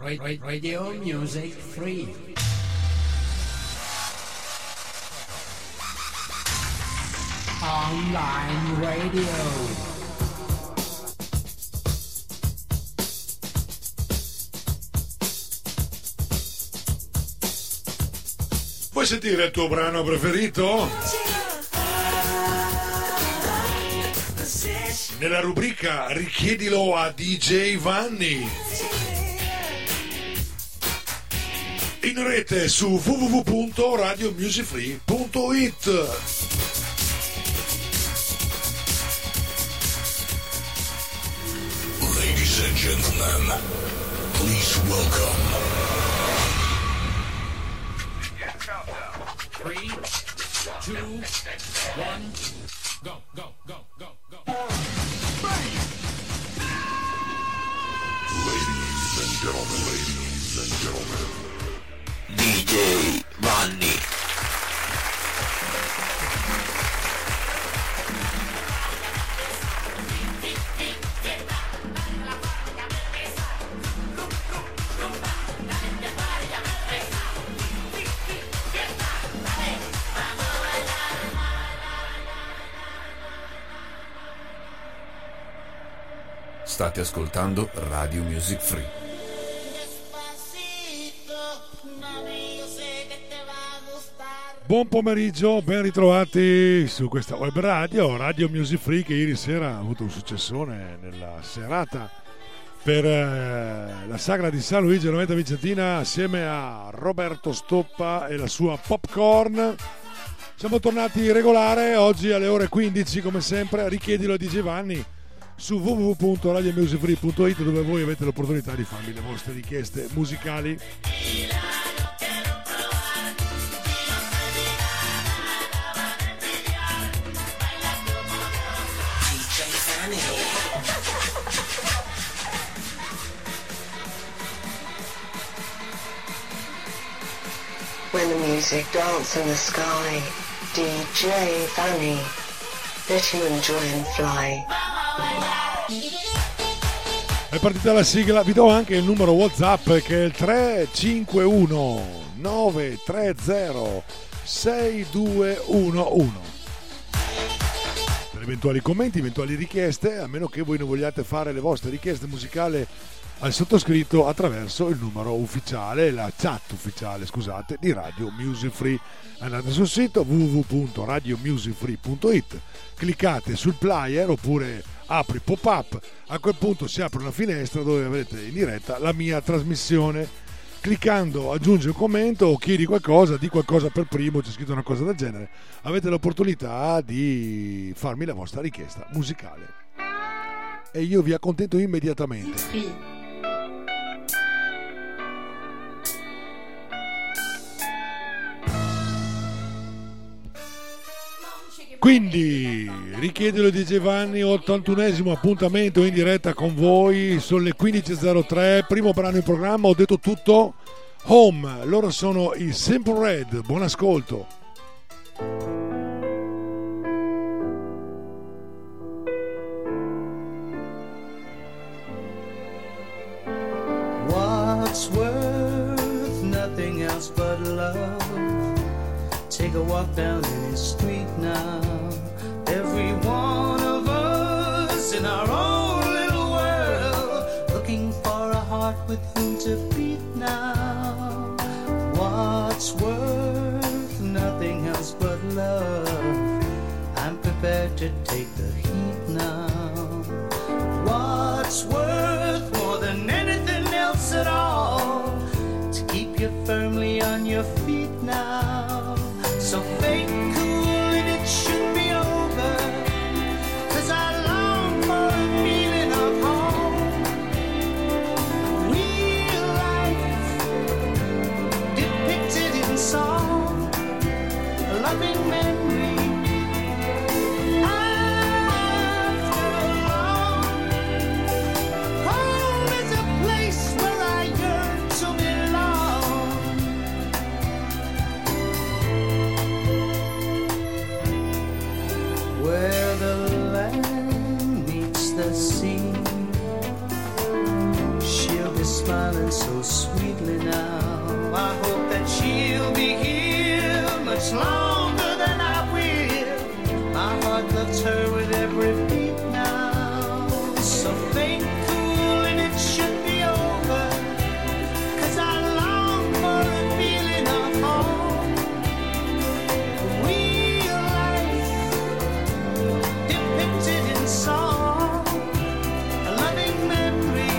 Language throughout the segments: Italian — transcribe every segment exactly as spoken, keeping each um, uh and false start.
Radio Music Free. Online radio. Vuoi sentire il tuo brano preferito? Nella rubrica Richiedilo a D J Vanni. In rete su w w w punto radio music free punto i t. Ladies and gentlemen, please welcome. Three, two, one, go, go, go, go, go. Ladies and gentlemen, ladies and gentlemen, D J Vanni. State ascoltando Radio Music Free. Buon pomeriggio, ben ritrovati su questa web radio, Radio Music Free, che ieri sera ha avuto un successone nella serata per eh, la sagra di San Luigi Noventa Vicentina assieme a Roberto Stoppa e la sua Popcorn. Siamo tornati regolare oggi alle ore quindici, come sempre. Richiedilo a D J Vanni su w w w punto radio music free punto i t, dove voi avete l'opportunità di farmi le vostre richieste musicali. When the music dance in the sky, D J Vanni, let you enjoy and fly. È partita la sigla, vi do anche il numero WhatsApp che è il tre cinque uno nove tre zero sei due uno uno. Per eventuali commenti, eventuali richieste, a meno che voi non vogliate fare le vostre richieste musicali al sottoscritto attraverso il numero ufficiale, la chat ufficiale, scusate, di Radio Music Free. Andate sul sito w w w punto radio music free punto i t, cliccate sul player oppure apri pop-up, a quel punto si apre una finestra dove avrete in diretta la mia trasmissione. Cliccando aggiungi un commento o chiedi qualcosa, di qualcosa per primo, c'è scritto una cosa del genere, avete l'opportunità di farmi la vostra richiesta musicale e io vi accontento immediatamente. Quindi richiedilo di D J Vanni, ottantunesimo appuntamento in diretta con voi, sono le quindici e zero tre, primo brano in programma, ho detto tutto. Home, loro sono i Simple Red, buon ascolto. What's worth nothing else but love? Take a walk down any street now. Every one of us in our own little world, looking for a heart with whom to beat now. What's worth nothing else but love? I'm prepared to take the heat now. What's worth more than anything else at all? To keep you firmly on your feet now. So fake cool and it should be over, 'cause I long for a feeling of home. Real life depicted in song, a loving memory after long. Home is a place where I yearn to belong. smiling so sweetly now. I hope that she'll be here much longer than I will. My heart loves her with every beat now. So think cool and it should be over, 'cause I long for a feeling of home. Real life depicted in song, a loving memory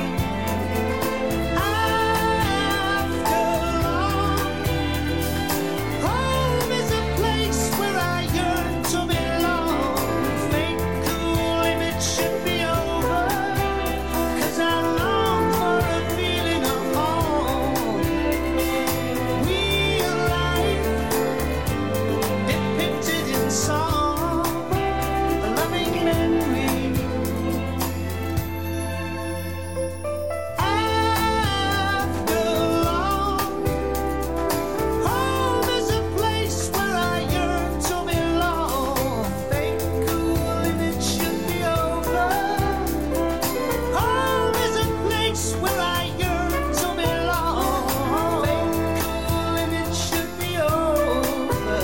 after long. Home is a place where I yearn to belong. Think cool and it should be over, 'cause I long for a feeling of home. Real life depicted in song, a loving memory after long. Home is a place where I yearn to belong. Think cool and it should be over. Home is a place where I yearn to belong. Think cool and it should be over.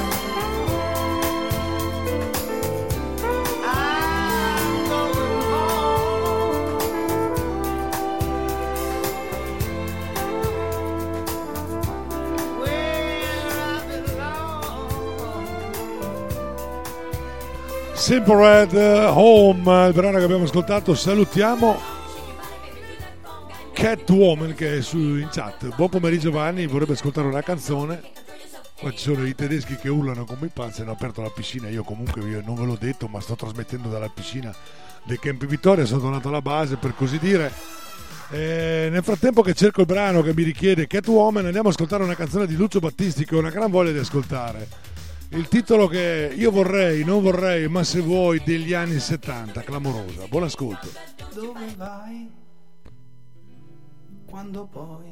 I'm going home, where I belong. Simple Red, Home, il brano che abbiamo ascoltato. Salutiamo Catwoman che è su, in chat. Buon pomeriggio Vanni, vorrebbe ascoltare una canzone. Qua ci sono i tedeschi che urlano come i pazzi, hanno aperto la piscina. Io comunque io non ve l'ho detto, ma sto trasmettendo dalla piscina del Camp Vittoria, sono tornato alla base per così dire. E nel frattempo che cerco il brano che mi richiede Catwoman, andiamo a ascoltare una canzone di Lucio Battisti che ho una gran voglia di ascoltare. Il titolo che io vorrei, non vorrei, ma se vuoi, degli anni settanta, clamorosa. Buon ascolto. Dove vai quando poi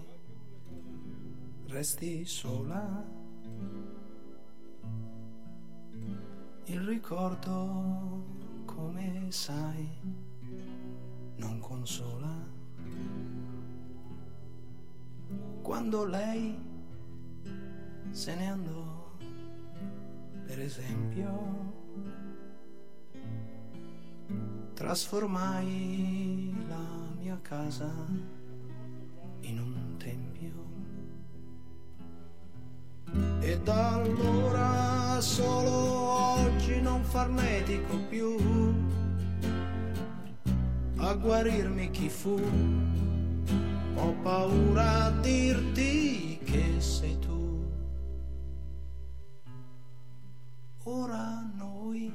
resti sola? Il ricordo, come sai, non consola. Quando lei se ne andò, per esempio, trasformai la mia casa in un tempio. E da allora solo oggi non farnetico più a guarirmi chi fu. Ho paura a dirti che sei tu. Ora noi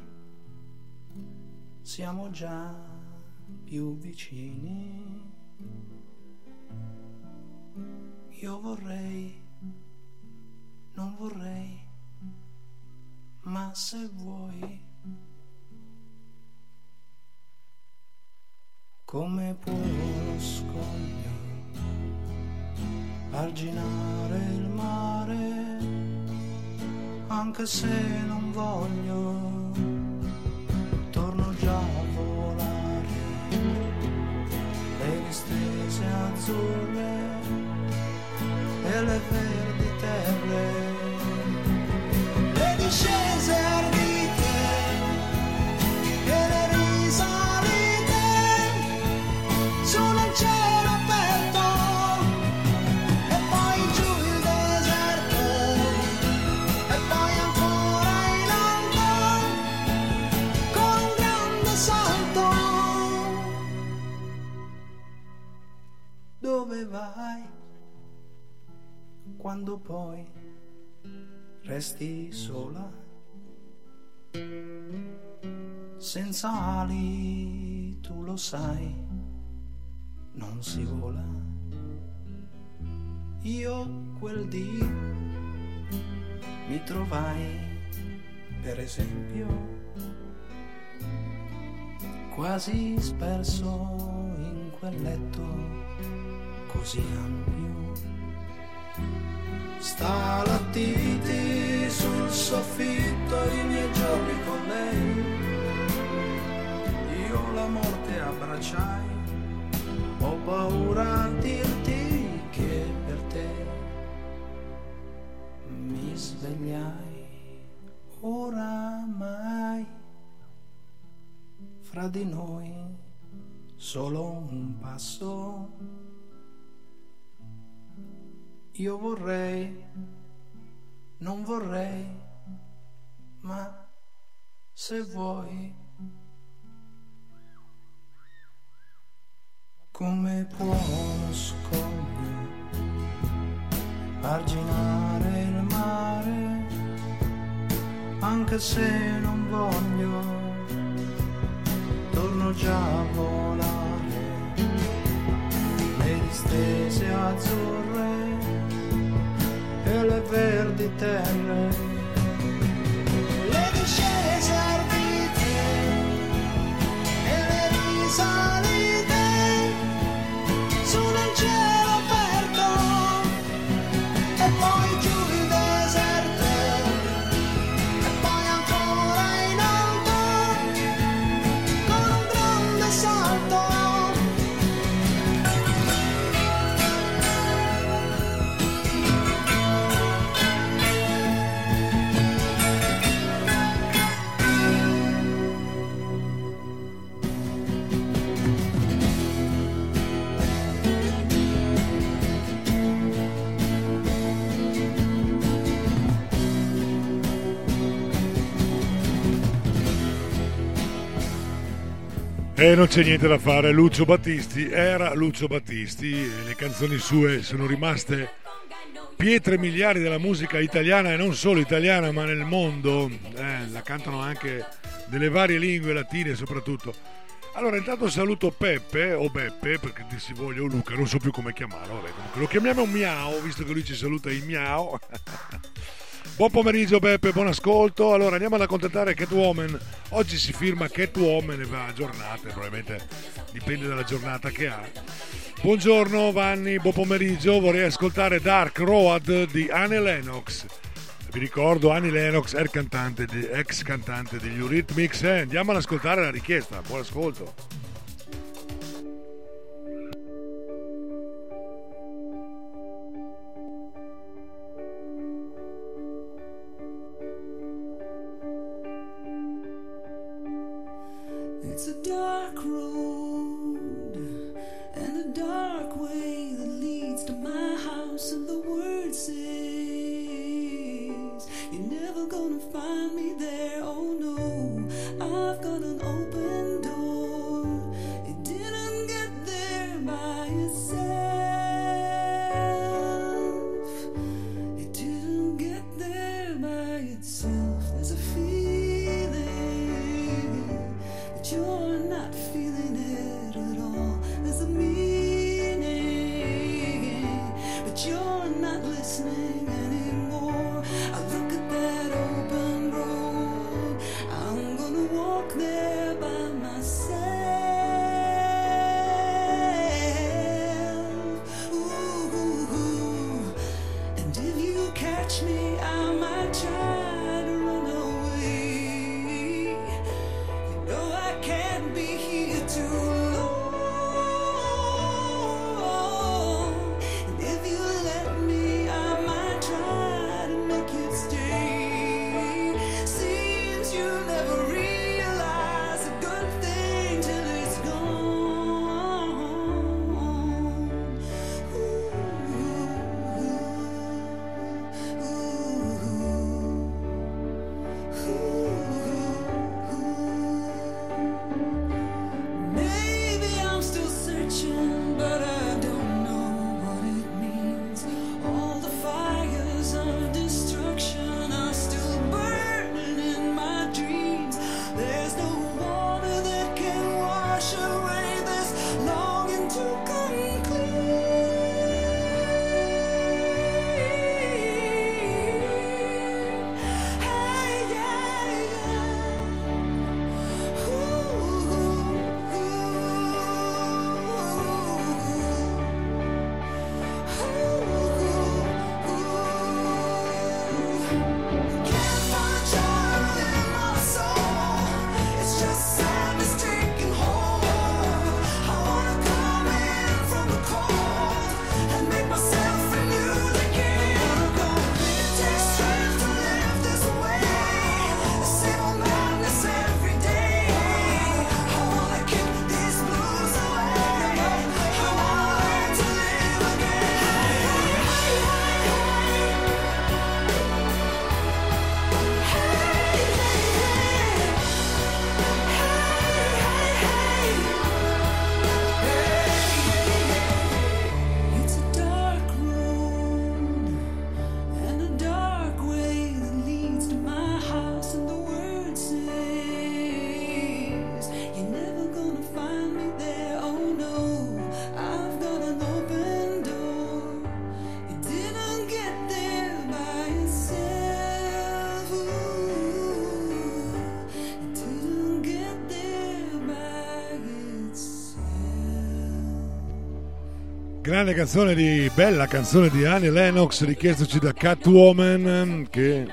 siamo già più vicini. Io vorrei, non vorrei, ma se vuoi, come può lo scoglio arginare il mare, anche se non voglio, torno già a volare, le distese azzurre e le verdi terre, le discese ardite e le risalite sul cielo aperto e poi giù il deserto e poi ancora in alto con un grande salto. Dove vai quando poi resti sola, senza ali, tu lo sai, non si vola. Io quel dì mi trovai, per esempio, quasi sperso in quel letto così ampio. Stalattiti sul soffitto, i miei giorni con lei, io la morte abbracciai, ho paura a dirti tra di noi solo un passo. Io vorrei, non vorrei, ma se vuoi, come può uno scoglio arginare il mare, anche se non voglio, torno già a volare, le distese azzurre e le verdi terre, le discese ardite e le risalite su nel cielo aperto e poi giù il deserto e poi ancora in alto con un grande salto. E non c'è niente da fare, Lucio Battisti era Lucio Battisti e le canzoni sue sono rimaste pietre miliari della musica italiana e non solo italiana ma nel mondo, eh, la cantano anche delle varie lingue latine soprattutto. Allora intanto saluto Peppe o Beppe perché ti si voglia o Luca, non so più come chiamarlo, vabbè, comunque lo chiamiamo Miao visto che lui ci saluta in Miao. Buon pomeriggio Beppe, buon ascolto. Allora andiamo ad accontentare Catwoman. Oggi si firma Catwoman e va a giornate, probabilmente dipende dalla giornata che ha. Buongiorno Vanni, buon pomeriggio. Vorrei ascoltare Dark Road di Annie Lennox. Vi ricordo Annie Lennox, ex cantante, ex cantante degli Eurythmics. Eh, andiamo ad ascoltare la richiesta. Buon ascolto. It's a dark road and a dark way that leads to my house, and the word says you're never gonna find me there. Oh no, I've got an open door. It didn't get there by itself. It didn't get there by itself. There's a feeling that you're not feeling it at all. There's a meaning, but you're not listening anymore. I look at that open road, I'm gonna walk there by myself. Ooh, and if you catch me, I might try to run away. You know I can't be here too long. And if you let me, I might try to make you stay. Seems you never realize a good thing till it's gone. Ooh, maybe I'm still searching, but I don't know what it means. All the fires grande canzone di bella canzone di Annie Lennox, richiestoci da Catwoman, che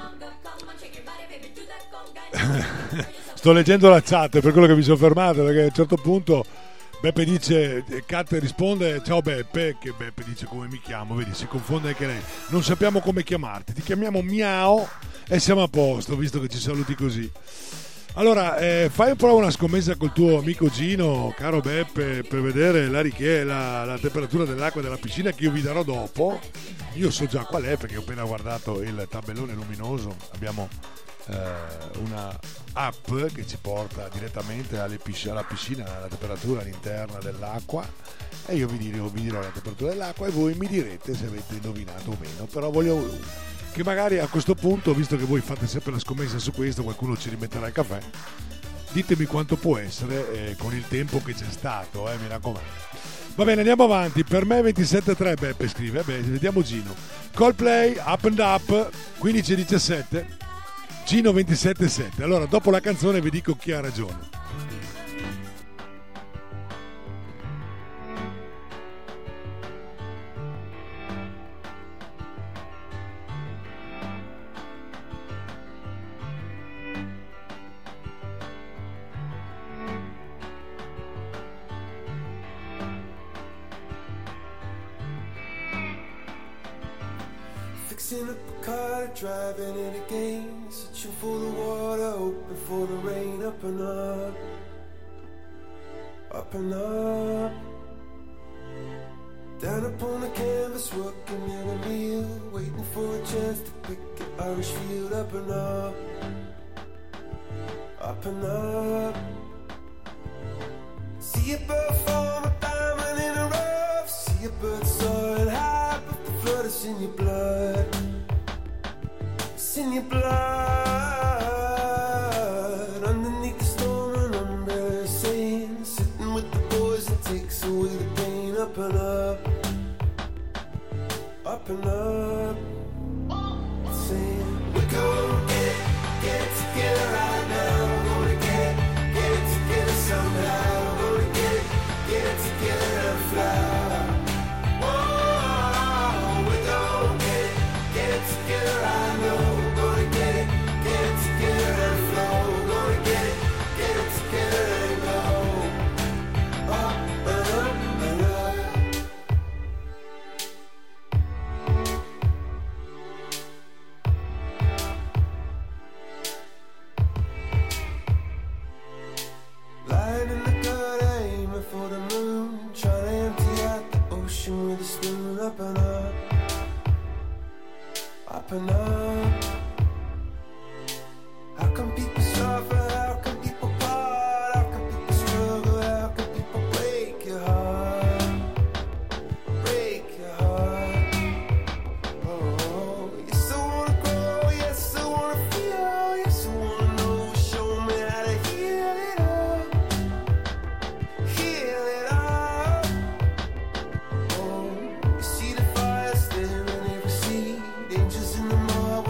sto leggendo la chat per quello che mi sono fermato, perché a un certo punto Beppe dice, Cat risponde ciao Beppe, che Beppe dice come mi chiamo, vedi, si confonde anche lei, non sappiamo come chiamarti, ti chiamiamo Miao e siamo a posto, visto che ci saluti così. Allora, eh, fai un po' una scommessa col tuo amico Gino, caro Beppe, per vedere la, richie- la, la temperatura dell'acqua della piscina, che io vi darò dopo. Io so già qual è, perché ho appena guardato il tabellone luminoso. Abbiamo eh, una app che ci porta direttamente alle pisc- alla piscina, alla temperatura all'interno dell'acqua, e io vi dirò, vi dirò la temperatura dell'acqua e voi mi direte se avete indovinato o meno. Però voglio che magari a questo punto, visto che voi fate sempre la scommessa su questo, qualcuno ci rimetterà il caffè, ditemi quanto può essere eh, con il tempo che c'è stato, eh, mi raccomando. Va bene, andiamo avanti. Per me ventisette tre, Beppe scrive. Beh, vediamo Gino. Coldplay, Up and Up, quindici diciassette, Gino ventisette sette. Allora, dopo la canzone vi dico chi ha ragione. Fixing up a car, driving it again, searching for the water, hoping for the rain. Up and up, up and up, down upon the canvas, working in a meal, waiting for a chance to pick an Irish field. Up and up, up and up, see a bird form a diamond in a rough, see a bird soaring high, but the flood is in your blood. In your blood, underneath the storm, an umbrella saying, sitting with the boys, it takes away the pain. Up and up, up and up, saying, we're gonna get, get it together right now. We're gonna get, get it together somehow. We're gonna get, get it together and fly. Whoa, we're gonna get, get it together right now. With a spoon. Up and up, up and up. How come people suffer? How come people part? How come people struggle? How come people break your heart? Break your heart. Oh, yes I wanna grow, yes I wanna feel, yes I wanna know. Show me how to heal it all, heal it all. See the fire staring in every seed, angels in the marble.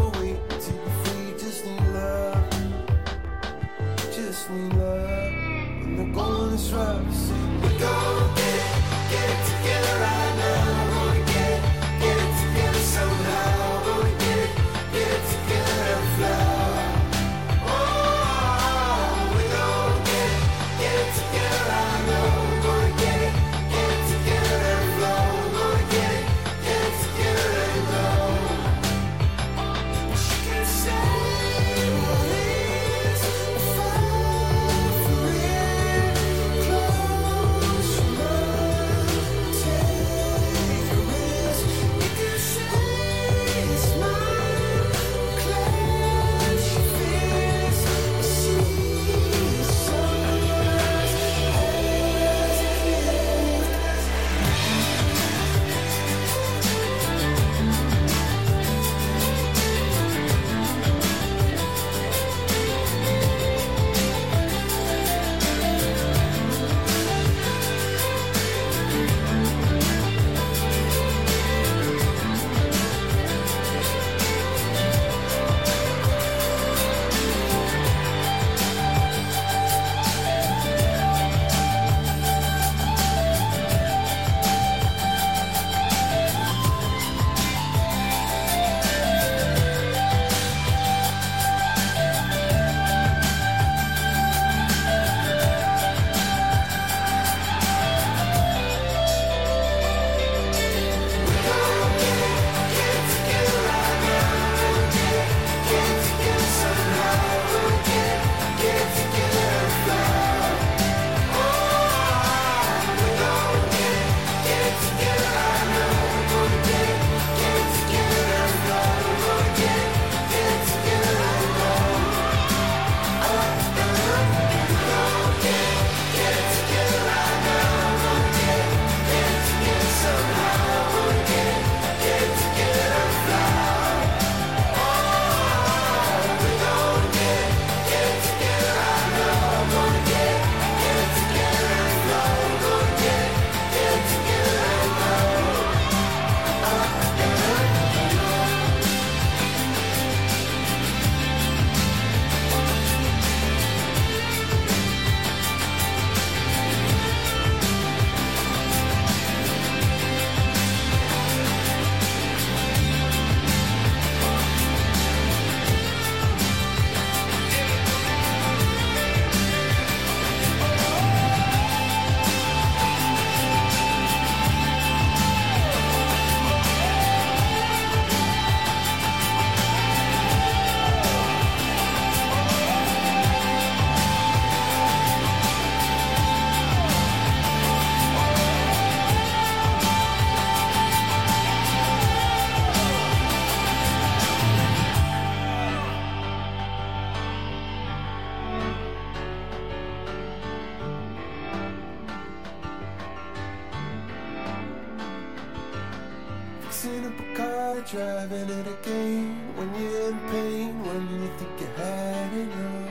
fixing up a car, driving it again. When you're in pain, when you think you had enough.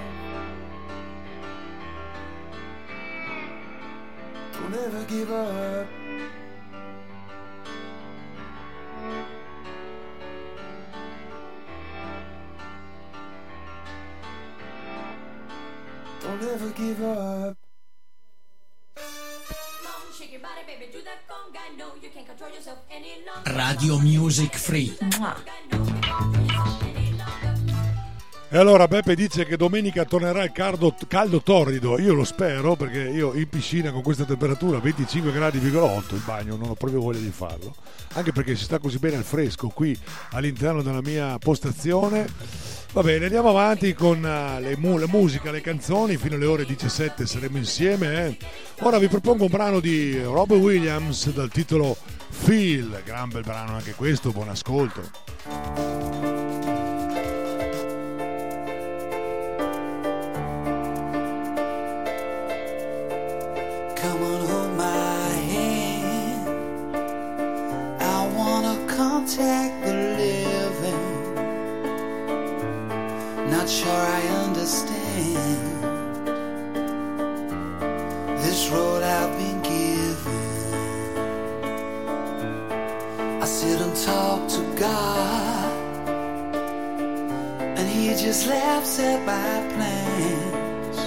Don't ever give up. Don't ever give up. Radio Music Free. E allora Beppe dice che domenica tornerà il caldo, caldo torrido. Io lo spero, perché io in piscina con questa temperatura venticinque gradi virgola otto in bagno non ho proprio voglia di farlo, anche perché si sta così bene al fresco qui all'interno della mia postazione. Va bene, andiamo avanti con uh, le, mu- la musica, le canzoni. Fino alle ore diciassette saremo insieme, eh. Ora vi propongo un brano di Robbie Williams dal titolo Feel. Gran bel brano anche questo, buon ascolto. Come on, hold my hand. I wanna contact the living. Not sure I understand this road I've been given. I sit and talk to God, and He just laughs at my plans.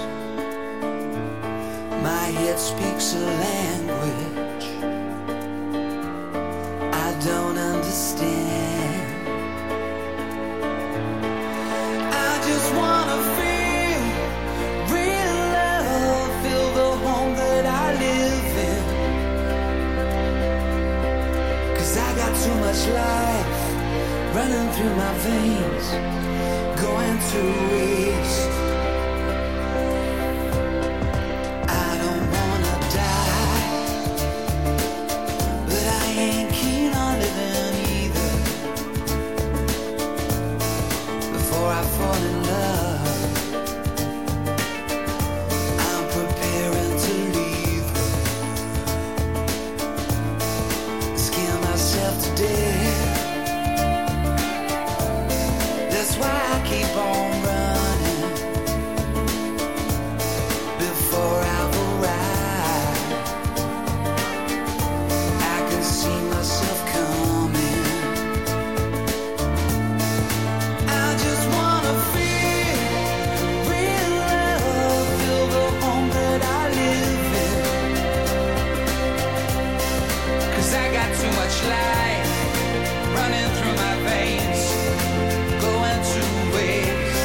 My head speaks a language I don't understand. I just wanna feel real love, feel the home that I live in. 'Cause I got too much life running through my veins, going to waste. I fall in love, I'm preparing to leave her, scare myself to death. That's why I keep on running before I've arrived. I can see myself coming. Life running through my veins, going to waste.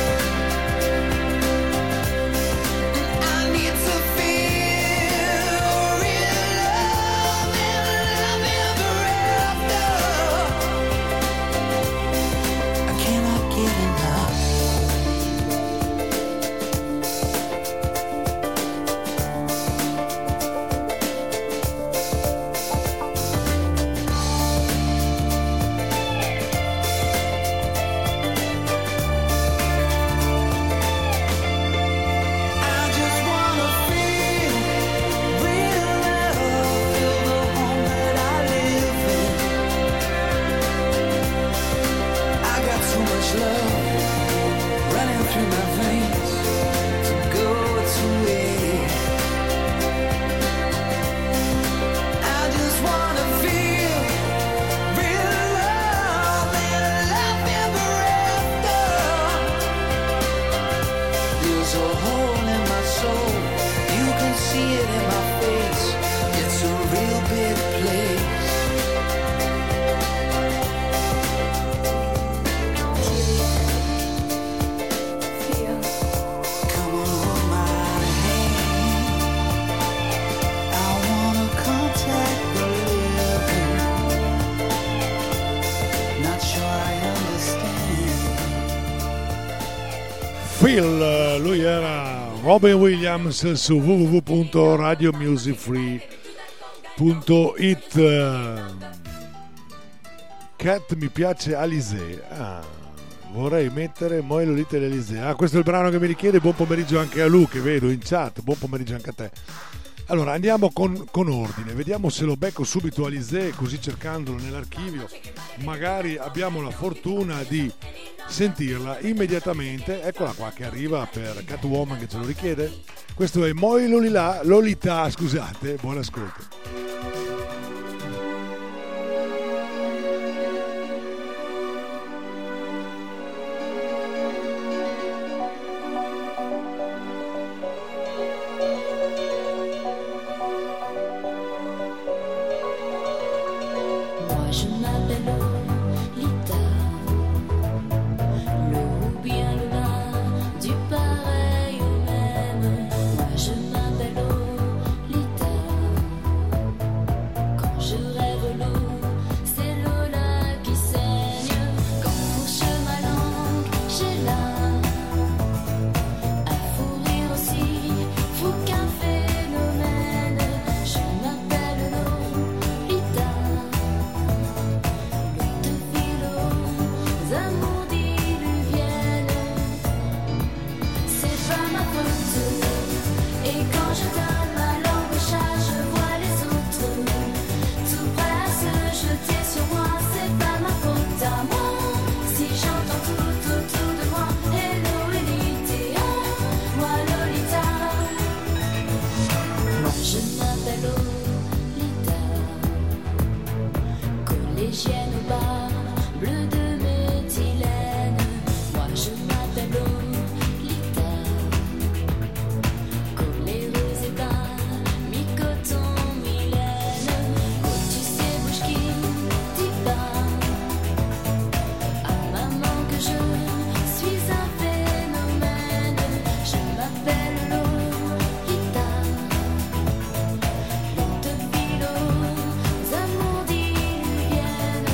I need to feel real love and love ever after. I cannot get enough. Phil, lui era Robin Williams su w w w punto radio music free punto it. Cat mi piace Alizé. Ah, vorrei mettere Moi Lolita e Alizé. Ah, questo è il brano che mi richiede. Buon pomeriggio anche a Lu, che vedo in chat. Buon pomeriggio anche a te. Allora andiamo con, con ordine, vediamo se lo becco subito Alizé, così cercandolo nell'archivio magari abbiamo la fortuna di sentirla immediatamente. Eccola qua che arriva per Catwoman che ce lo richiede. Questo è Moi Lolita, Lolita, scusate, buon ascolto. Je m'appelle Lolita, l'eau bien loin du pareil au même. Moi je m'appelle Lolita, quand je rêve l'eau, c'est l'eau là qui saigne. Quand fourche ma langue, j'ai là à fourrir aussi, fou qu'un phénomène. Je m'appelle Lolita. Amours diluviennes, c'est pas ma faute. Et quand je donne ma langue au chat, je vois les autres tout prêts à se jeter sur moi. C'est pas ma faute à moi. Si j'entends tout autour de moi, hello Elite, moi Lolita. Moi je m'appelle Lolita, collégienne au bar, bleu de moi je m'appelle Lolita, coléreuse et bas, mi-coton, mi-laine. Oh tu sais bouge qui dit pas à maman que je suis un phénomène. Je m'appelle Lolita, l'eau de philo, amours diluviennes.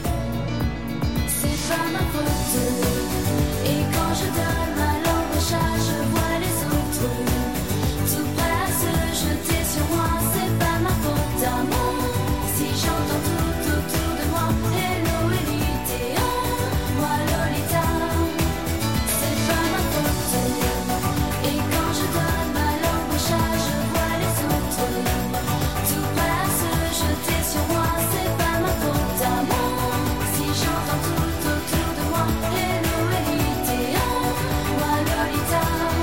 C'est pas ma faute. Et quand je donne ma langue au chat, je vois les autres tout prêts à se jeter sur moi. C'est pas ma faute à moi. Si j'entends tout autour de moi, hello Elite, moi Lolita. C'est pas ma faute. Et quand je donne ma langue au chat, je vois les autres tout prêts à se jeter sur moi. C'est pas ma faute à moi. Si j'entends tout autour de moi, hello Elite, moi Lolita.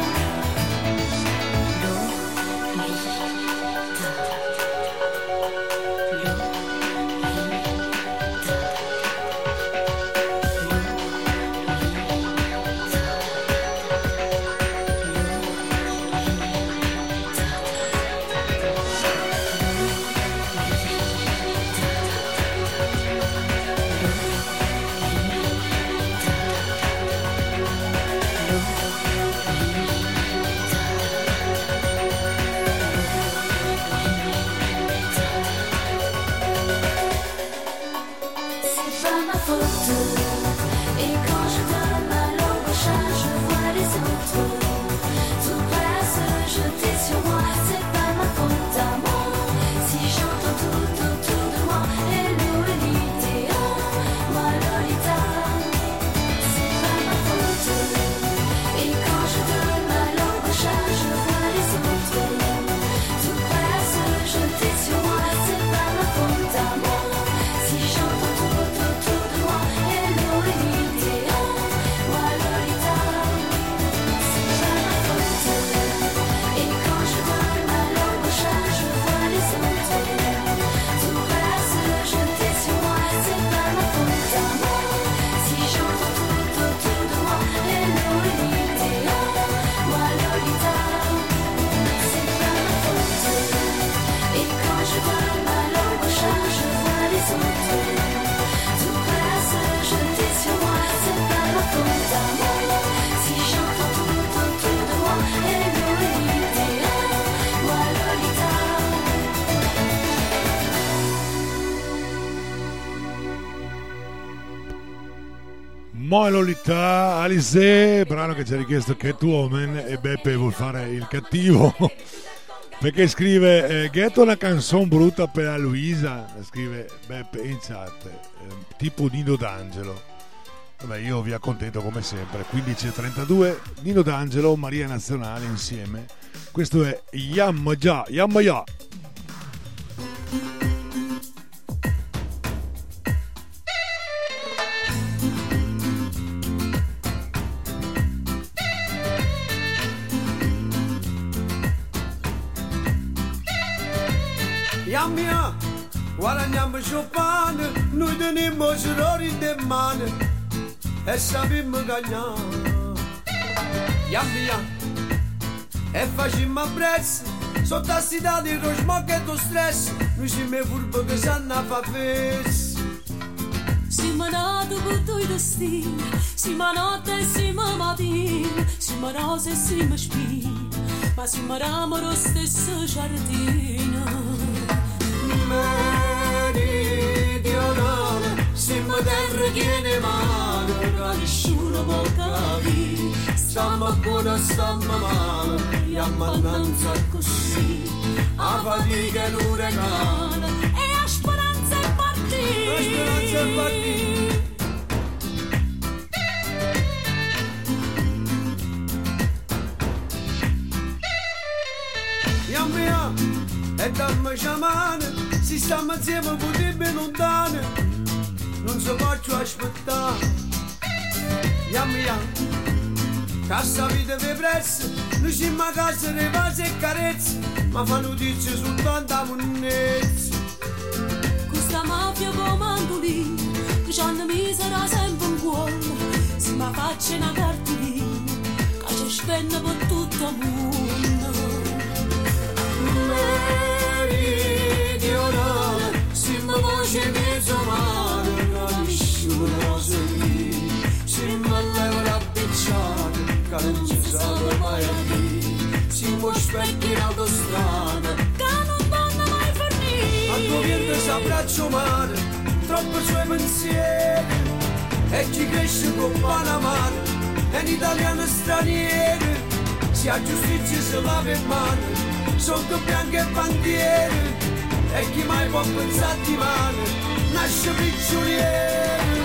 C'est pas ma faute. Et quand je donne ma langue au chat, je vois les autres tout prêts à se jeter sur moi. C'est pas ma faute à moi. Si j'entends tout autour de moi, hello Elite, moi Lolita. C'est pas ma faute. Et quand je donne ma langue au chat, je vois les autres tout prêts à se jeter sur moi. C'est pas ma faute à moi. Si j'entends tout autour de moi, hello Elite, moi Lolita. C'est pas ma faute. Et quand je donne ma langue au chat, je vois les autres tout prêts à se jeter sur moi. C'est pas ma faute à moi. Si j'entends tout autour de moi, hello Elite, moi Lolita. C'est pas ma faute. Et quand je donne ma langue au chat, je vois les autres tout prêts à se jeter sur moi. C'est pas ma faute à moi. Si j'entends tout autour de moi, hello Elite, moi Lolita. Moi Lolita, Alizé, brano che ci ha richiesto Catwoman e Beppe vuol fare il cattivo perché scrive eh, ghetto una canzone brutta per la Luisa, scrive Beppe in chat, eh, tipo Nino D'Angelo. Vabbè, io vi accontento come sempre. quindici e trentadue, Nino D'Angelo, Maria Nazionale insieme. Questo è Yamma Già, Yamma Ya. Yamia, guadagniamo Chopin, noi teniamo errori in mano e sappiamo gagnare. Yamia, e facciamo a prezzo, sotto la città di Rosmocco e do stress, noi siamo furbo che sanno fa fes. Siamo nati con due destini, siamo notte e siamo mattino, siamo rose e siamo spine, ma siamo ramo lo stesso giardino. Meridionale, siamo terra che ne mano, che nessuno può capire. Stiamo buono, stiamo male, ammannanza così, a fatica e l'uragano, e a speranza è partita. La speranza è partita. Yamia, e dammi sciamane, si stiamo insieme potrebbe lontane, non si faccio aspettare. Yamia, cassa vita vi prezzo, noi siamo a casa di vasi e carezze, ma fa notizie soltanto a monnezze. Questa mafia come mandolina, che c'hanno misera sempre in cuore, se mi faccio una cartolina, che ci spende per tutto il mondo. Meridionale, siamo voce mezzo male, che nessuno sa lì, siamo a leva la picciata, che non ci siamo mai a lì, siamo specchi in autostrada, Che non vanno mai finire. a tuo viento s'abbraccio mare, troppo suoi pensieri, e chi cresce con Panama, è un italiano straniero, si ha giustizia se lava in mano, sotto bianche bandiere, e chi mai può pensare di male, nasce prigioniero.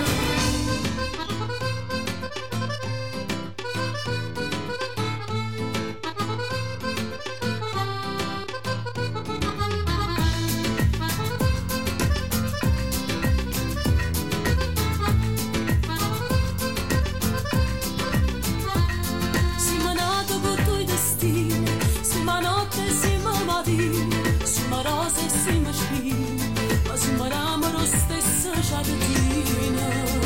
Siamo nati con due destini, siamo notte e siamo mattino, siamo rose e siamo spine, ma siamo ramo lo stesso giardino.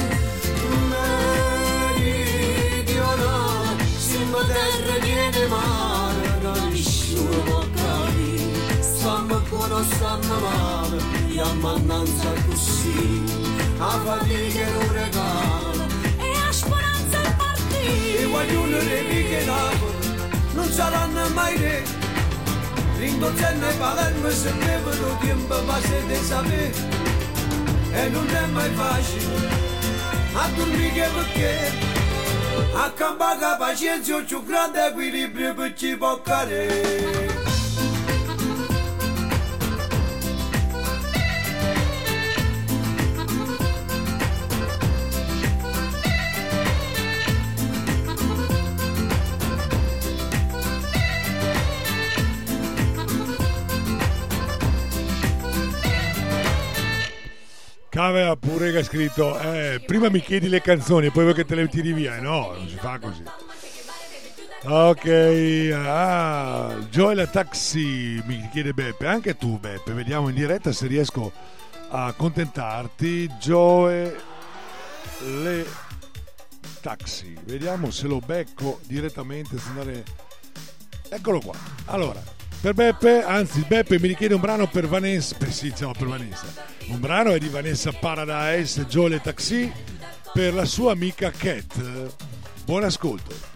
Meridionale, siamo terra piena mare, che nessuno può capire, stiamo buono, stiamo male, e ammannanza così, a fatica e l'uragano, E a speranza è partita. e guaglione le righe d'acqua, non saranno mai re, rindozzendo e Palermo se bevono tempo passa di sapere, e non è mai facile, a dormire perché, a campare la pazienza più grande equilibrio per ci può cadere. Aveva pure che ha scritto eh, prima mi chiedi le canzoni e poi vuoi che te le tiri via. No, non si fa così. Ok, ah, Joel Taxi mi chiede Beppe, anche tu Beppe, vediamo in diretta se riesco a accontentarti. Joel le Taxi, vediamo se lo becco direttamente, se andare... Eccolo qua. Allora, per Beppe, anzi Beppe mi richiede un brano per Vanessa, per, sì, diciamo per Vanessa. Un brano è di Vanessa Paradise, Joel e Taxi, per la sua amica Cat. Buon ascolto.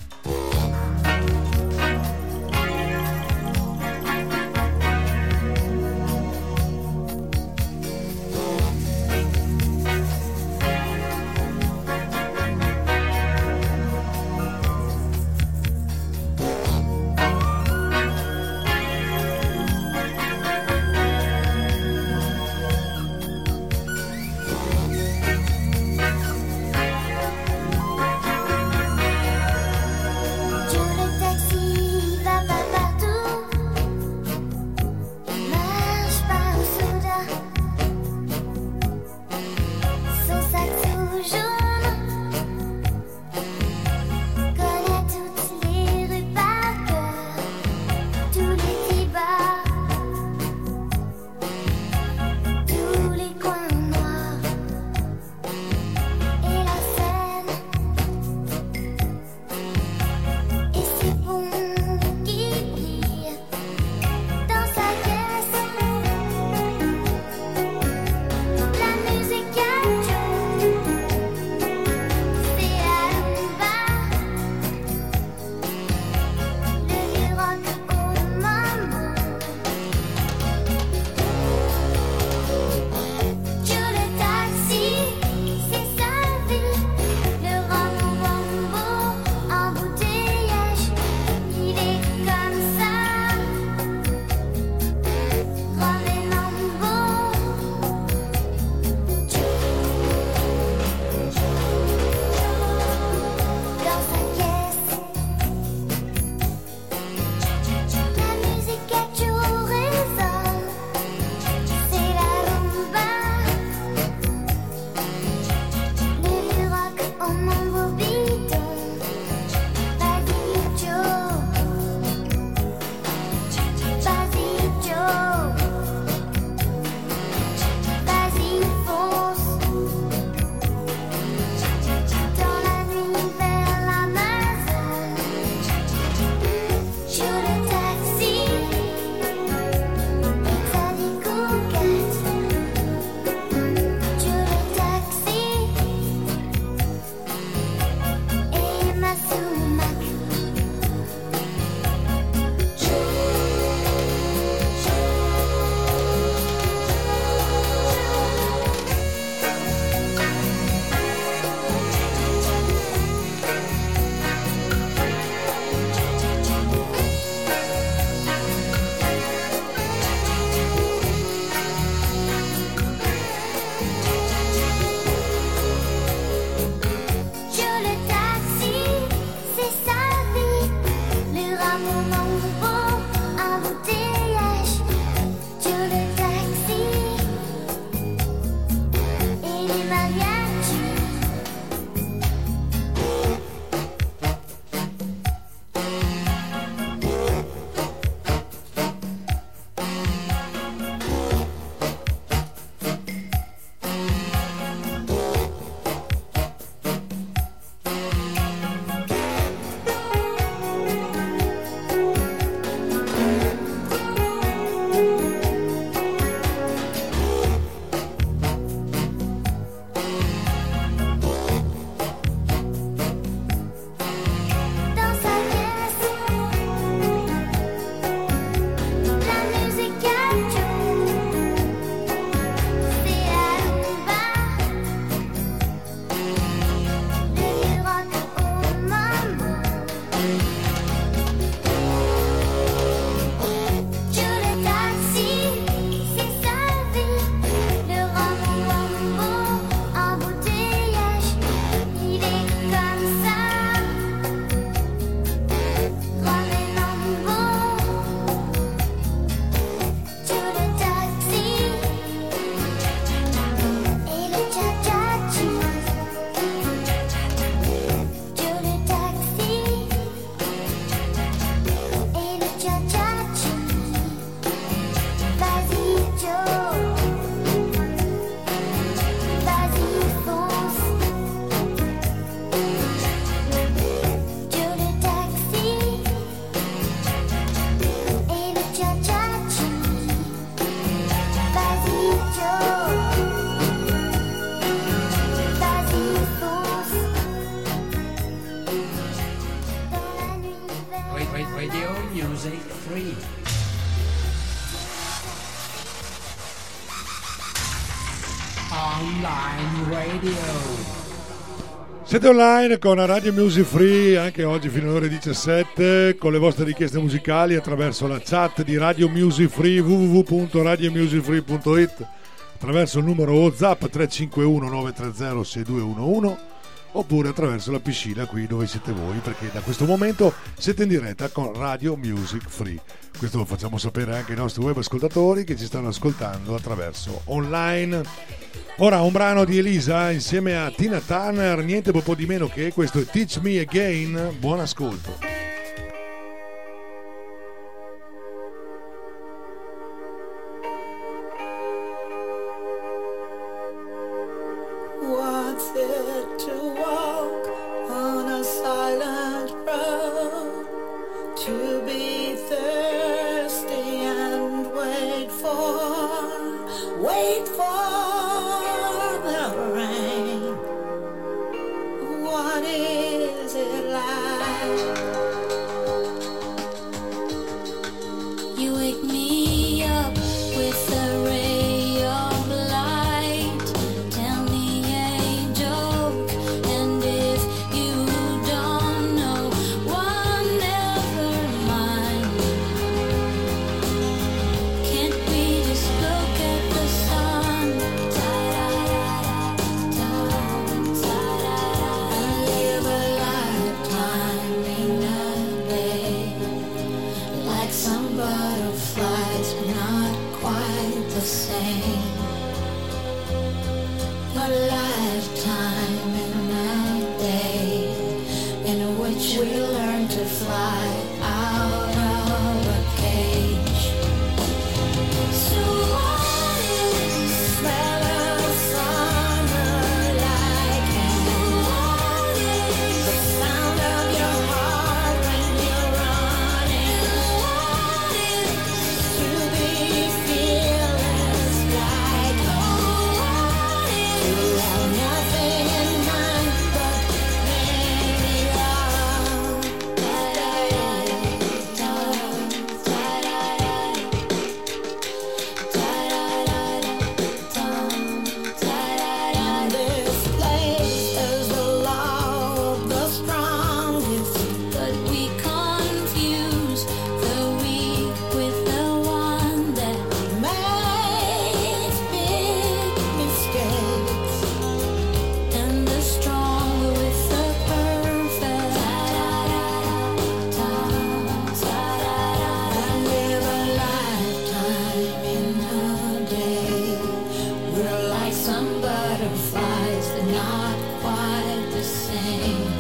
Free. Online Radio. Siete online con Radio Music Free anche oggi fino alle ore diciassette con le vostre richieste musicali attraverso la chat di Radio Music Free w w w punto radio music free punto i t, attraverso il numero WhatsApp tre cinque uno nove tre zero sei due uno uno oppure attraverso la piscina qui dove siete voi, perché da questo momento siete in diretta con Radio Music Free. Questo lo facciamo sapere anche ai nostri web ascoltatori che ci stanno ascoltando attraverso online. Ora un brano di Elisa insieme a Tina Turner, niente po' di meno che questo è Teach Me Again. Buon ascolto. What's it to walk on a silent road, to be thirsty and wait for, wait for the rain? What is it like? You wake me up with a ray of light. Tell me a joke, and if you don't know, one never mind. Can't we just look at the sun? And live a lifetime in a day, like some butterflies, but not quite the same. A lifetime in a day in which we learn to fly out of a cage. So what is the smell of summer like? And what is the sound of your heart when you're running? What is to be fearless like? Oh, what is to have nothing in mind but maybe love? In this place there's the law of the strongest, but we confuse the weak with the one that makes big mistakes, and the strong with the perfect. I live a lifetime in a day. We're like some butterflies, but not quite the same.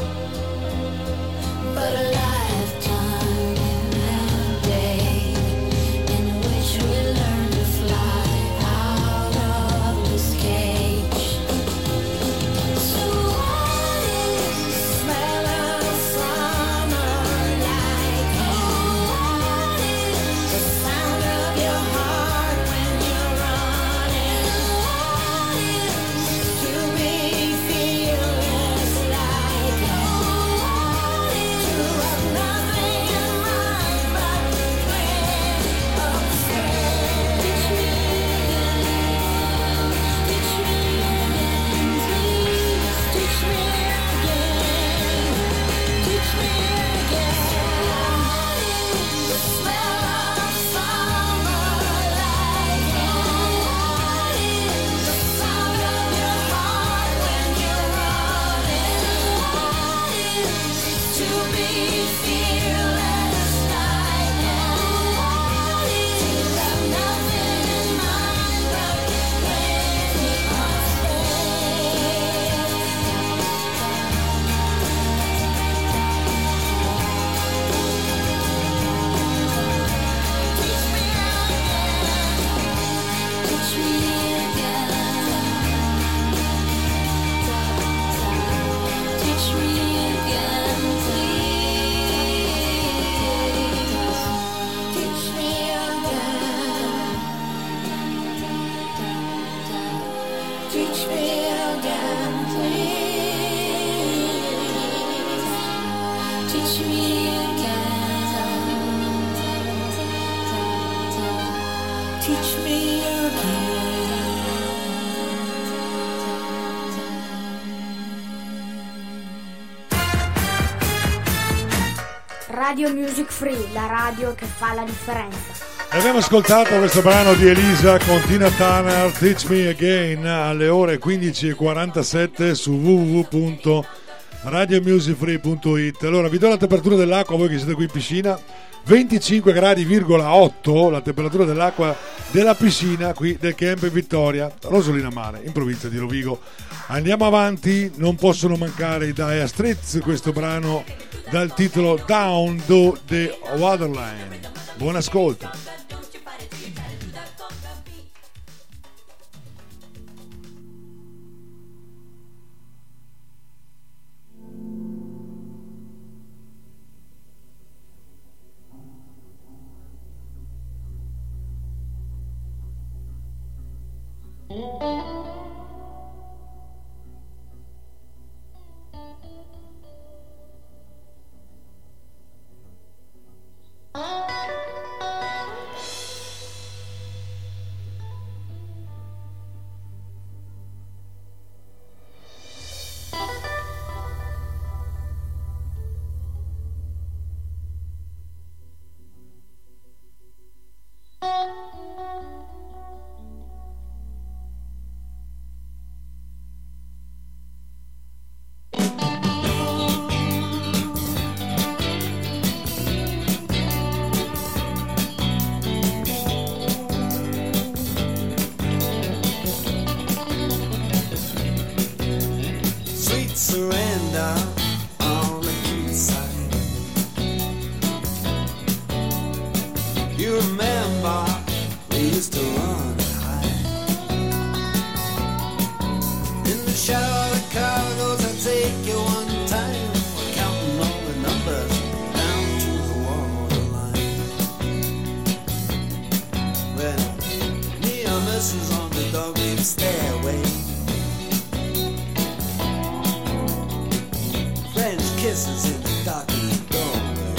But a lifetime in a day in which we learn to fly out of this cage. So what is the smell of summer like? And what is the sound of your heart when you're running? What is to be fearless like? And what is to have nothing in mind but plenty of space? Teach me again, teach me again, please. Teach me again, teach me again. What is the smell of summer like? And what is the sound of your heart when you're running? What is to be fearless like? And what is to have nothing in mind but plenty of Teach me again, teach me again, please. Teach me again, teach me again, please. Teach me again. Radio Music Free, la radio che fa la differenza. Abbiamo ascoltato questo brano di Elisa con Tina Turner, Teach Me Again, alle ore quindici e quarantasette su w w w punto radio music free punto i t. Allora vi do la temperatura dell'acqua, voi che siete qui in piscina, venticinque gradi virgola otto la temperatura dell'acqua della piscina qui del camp Vittoria, Rosolina Mare, in provincia di Rovigo. Andiamo avanti, non possono mancare i Dire Straits, questo brano dal titolo Down to the Waterline. Buon ascolto. Surrender on the quayside. You remember we used to run and hide in the shadow of the cargoes. I take you one time, we're counting all the numbers down to the waterline. Well, neon nurses on the dog-leaf stairway, kisses in the darkened doorway.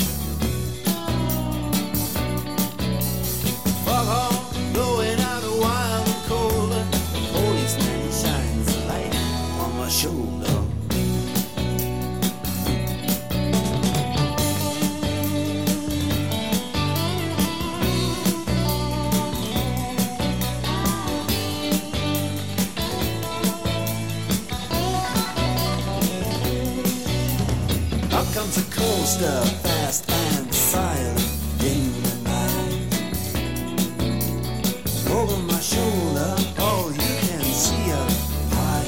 Fog horn blowing out a wild and cold. The policeman shines a light on my shoulder. Comes a coaster, fast and silent in the night. Over my shoulder, all you can see are high.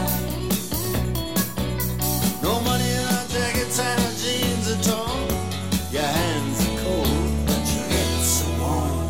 No money in our jackets and our jeans are torn. Your hands are cold, but your lips are warm.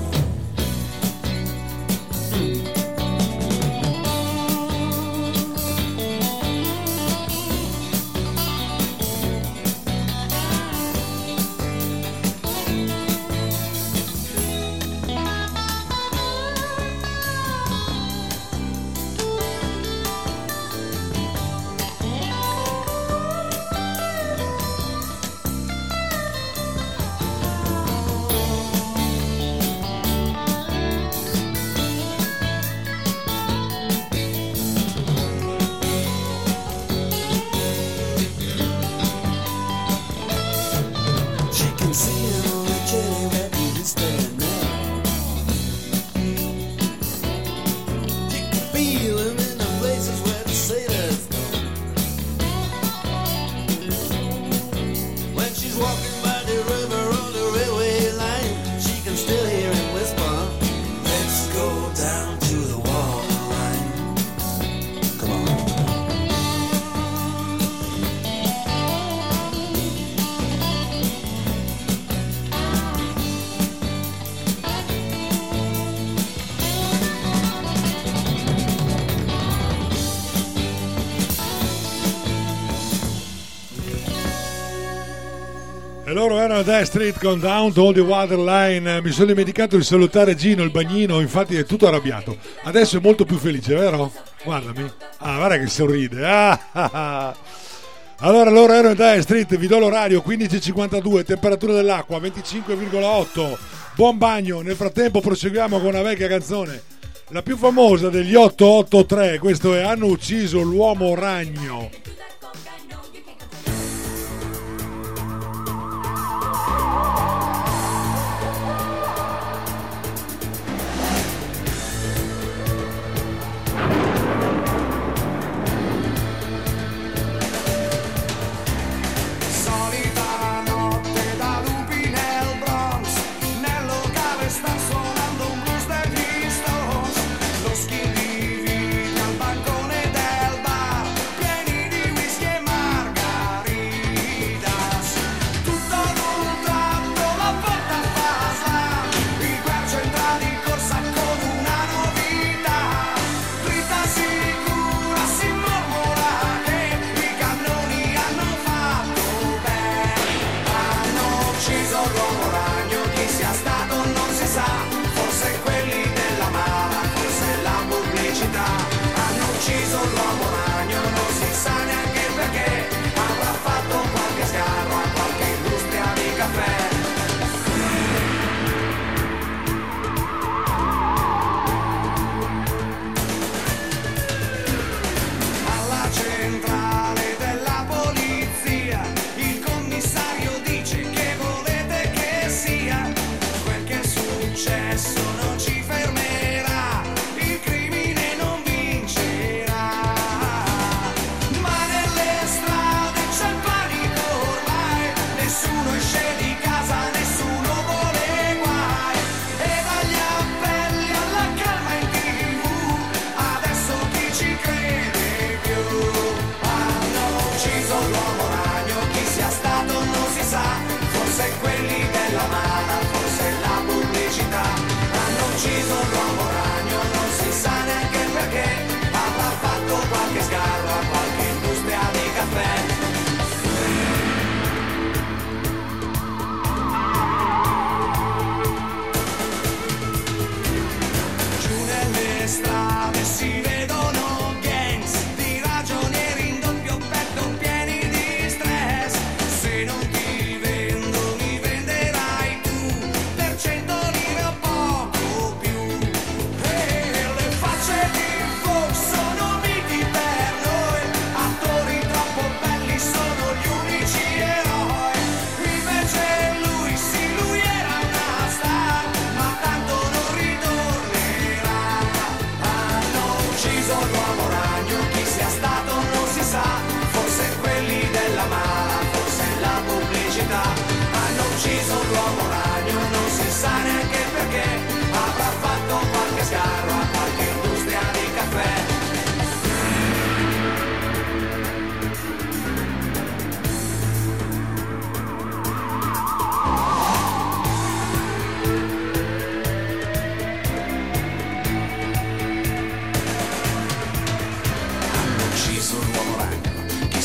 E loro erano Dire Straits con Down to the Waterline. Mi sono dimenticato di salutare Gino, il bagnino, infatti è tutto arrabbiato. Adesso è molto più felice, vero? Guardami. Ah, guarda che sorride. Ah, ah, ah. Allora loro erano Dire Straits, vi do l'orario quindici e cinquantadue, temperatura dell'acqua venticinque virgola otto. Buon bagno. Nel frattempo proseguiamo con una vecchia canzone, la più famosa degli otto otto tre. Questo è Hanno ucciso l'uomo ragno.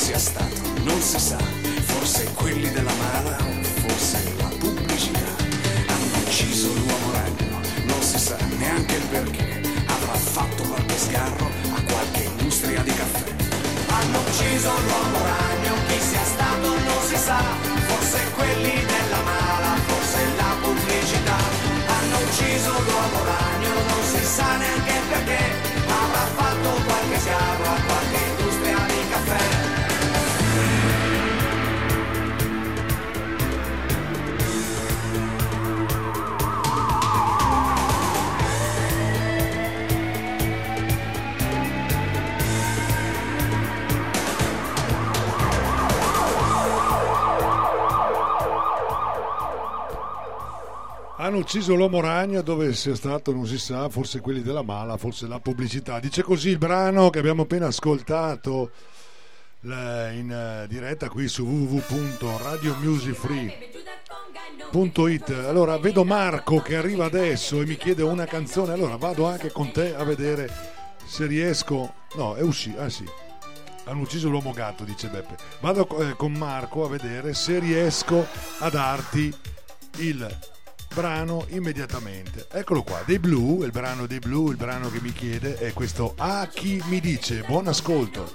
sia stato, non si sa, forse quelli della mala, forse la pubblicità. Hanno ucciso l'uomo ragno, non si sa neanche il perché, avrà fatto qualche sgarro a qualche industria di caffè. Hanno ucciso l'uomo ragno, chi sia stato non si sa, forse quelli della mala, forse la pubblicità. Hanno ucciso l'uomo ragno, non si sa neanche il perché, avrà fatto qualche sgarro a qualche industria di caffè. Hanno ucciso l'uomo ragno, dove sia stato non si sa, forse quelli della mala, forse la pubblicità. Dice così il brano che abbiamo appena ascoltato in diretta qui su w w w punto radio music free punto it. Allora vedo Marco che arriva adesso e mi chiede una canzone, allora vado anche con te a vedere se riesco. No, è uscito, ah sì, hanno ucciso l'uomo gatto, dice Beppe. Vado eh, con Marco a vedere se riesco a darti il brano immediatamente. Eccolo qua, dei Blue, il brano dei Blue, il brano che mi chiede è questo A chi mi dice. Buon ascolto.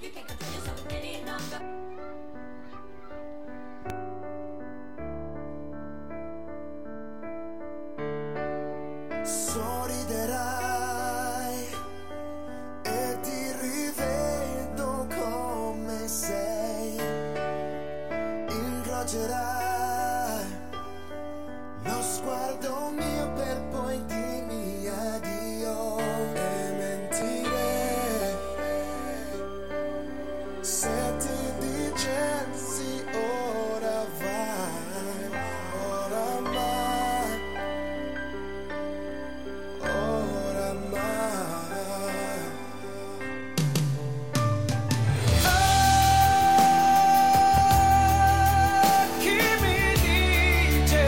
Sorriderai e ti rivedo come sei, incrocerai lo sguardo mio per poi dirmi addio e mentire. Se ti dicessi ora vai, oramai, oramai. Oh, chi mi dice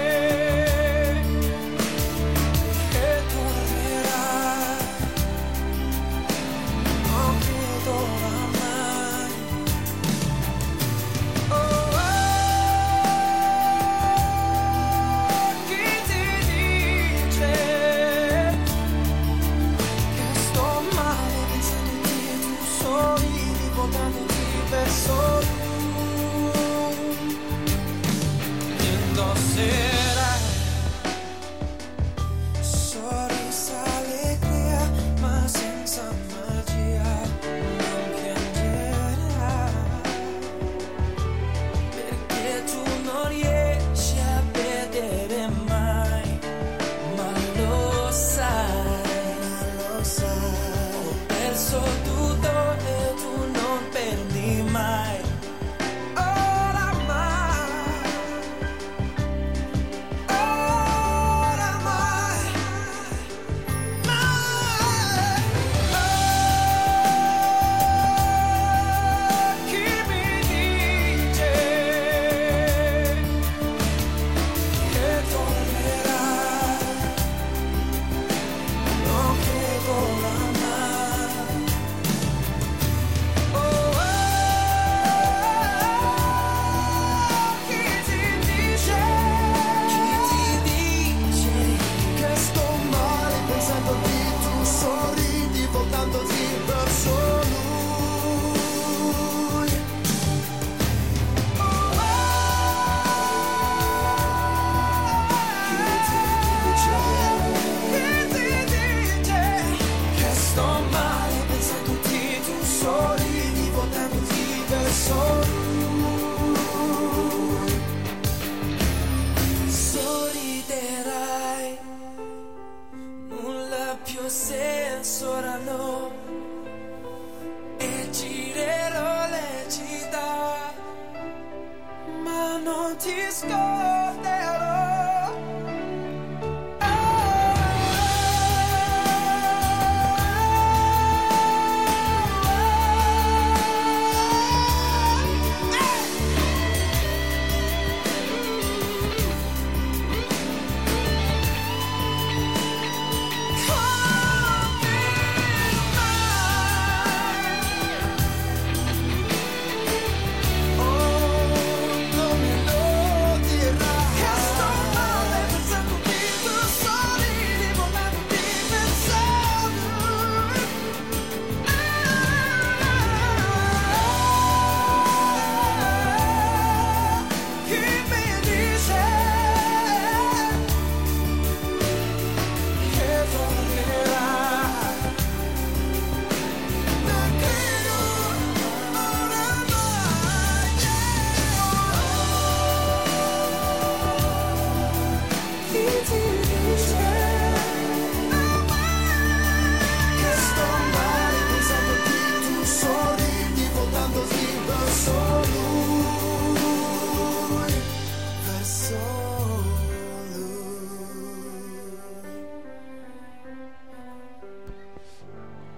che tornerai? Non credo oramai. Oh, oh, chi ti dice che sto male pensandoti, tu sorridi votandoti per solo. Indosserai sorriso allegria, ma senza magia, non piangerai, perché tu non riesci a vedere mai, ma lo sai, lo sai. Ho perso tutto e tu non perdi mai. Oramai, oramai, mai. Oh, chi mi dice che tornerai? Non credo oramai. Oh, oh, chi ti dice, chi ti dice che sto male pensandoti, tu sorridi voltandoti verso lui. Oh, oh, chi ti dice, chi ti dice che sto male pensandoti, tu sorridi voltandoti verso lui. Sorriderai, nulla più ha senso ora no, e girerò le città, ma non ti scorderò.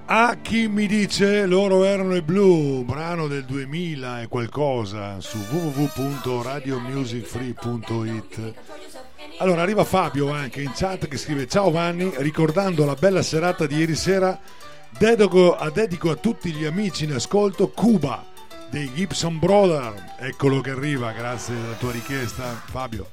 A chi mi dice, loro erano i Blue, brano del duemila e qualcosa, su w w w punto radio music free punto it. Allora arriva Fabio anche in chat che scrive: ciao Vanni, ricordando la bella serata di ieri sera, dedico a, dedico a tutti gli amici in ascolto Cuba dei Gibson Brother. Eccolo che arriva, grazie alla tua richiesta Fabio.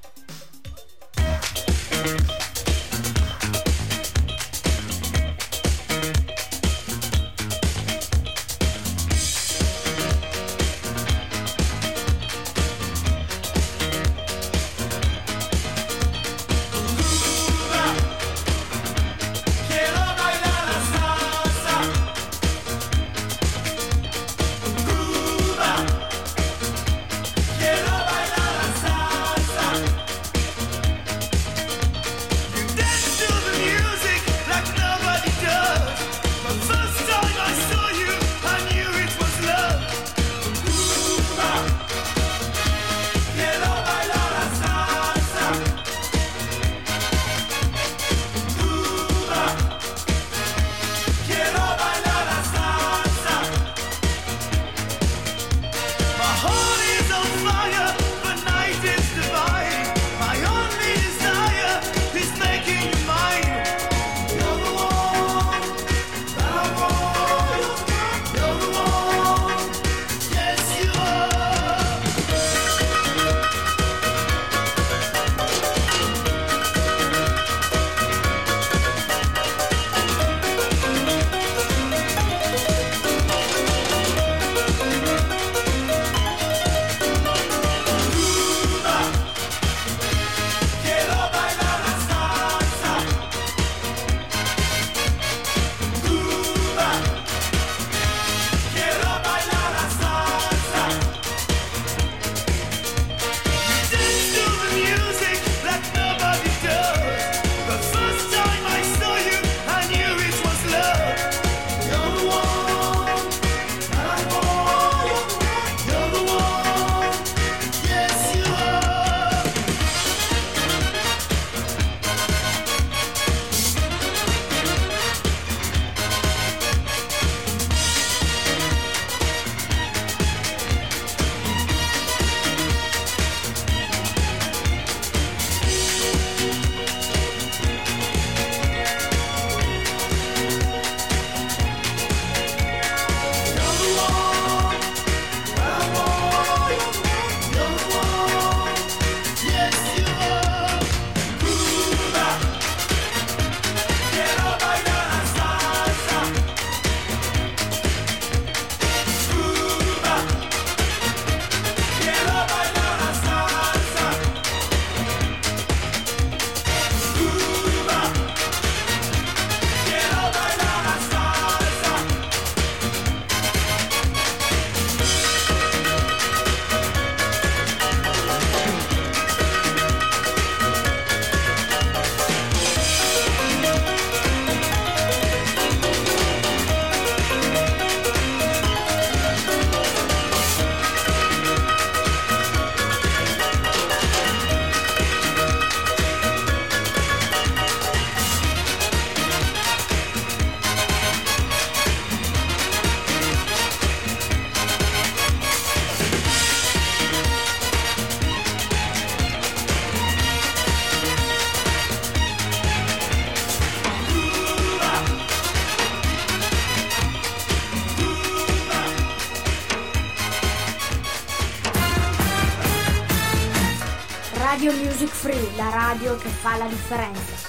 Radio Music Free, la radio che fa la differenza.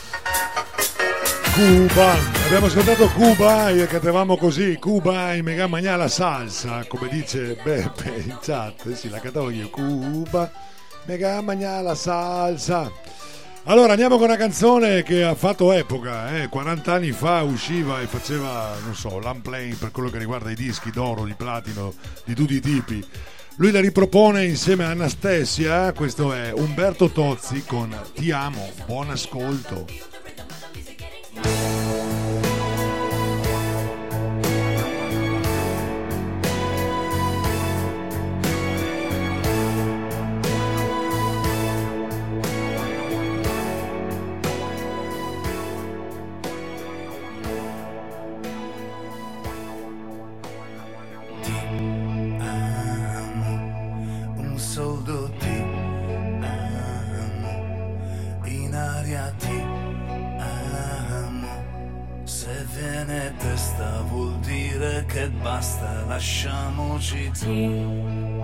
Cuba, abbiamo ascoltato Cuba e cantavamo così, Cuba e Mega Magna la salsa, come dice Beppe in chat, sì, la cantavo io, Cuba, Mega Magna la salsa. Allora andiamo con una canzone che ha fatto epoca, eh? quaranta anni fa usciva e faceva, non so, l'unplane per quello che riguarda i dischi d'oro, di platino, di tutti i tipi. Lui la ripropone insieme a Anastasia, questo è Umberto Tozzi con Ti amo, buon ascolto. e basta, lasciamoci tu.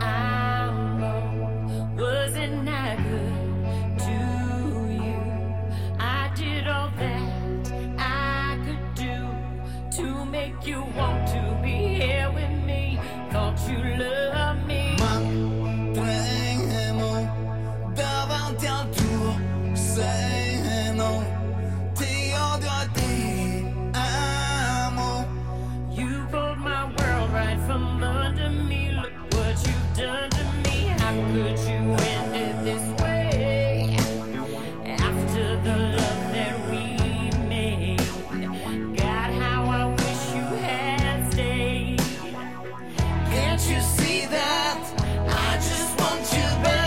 Wasn't I good to you? I did all that I could do to make you want to be here with me. Thought you loved me. Ma tremo davanti al tuo seno, ti odio e ti amo. You pulled my world right from under me. Look what you've done to me. How could you end it this way? After the love that we made, God, how I wish you had stayed. Can't you see that? I just want you back.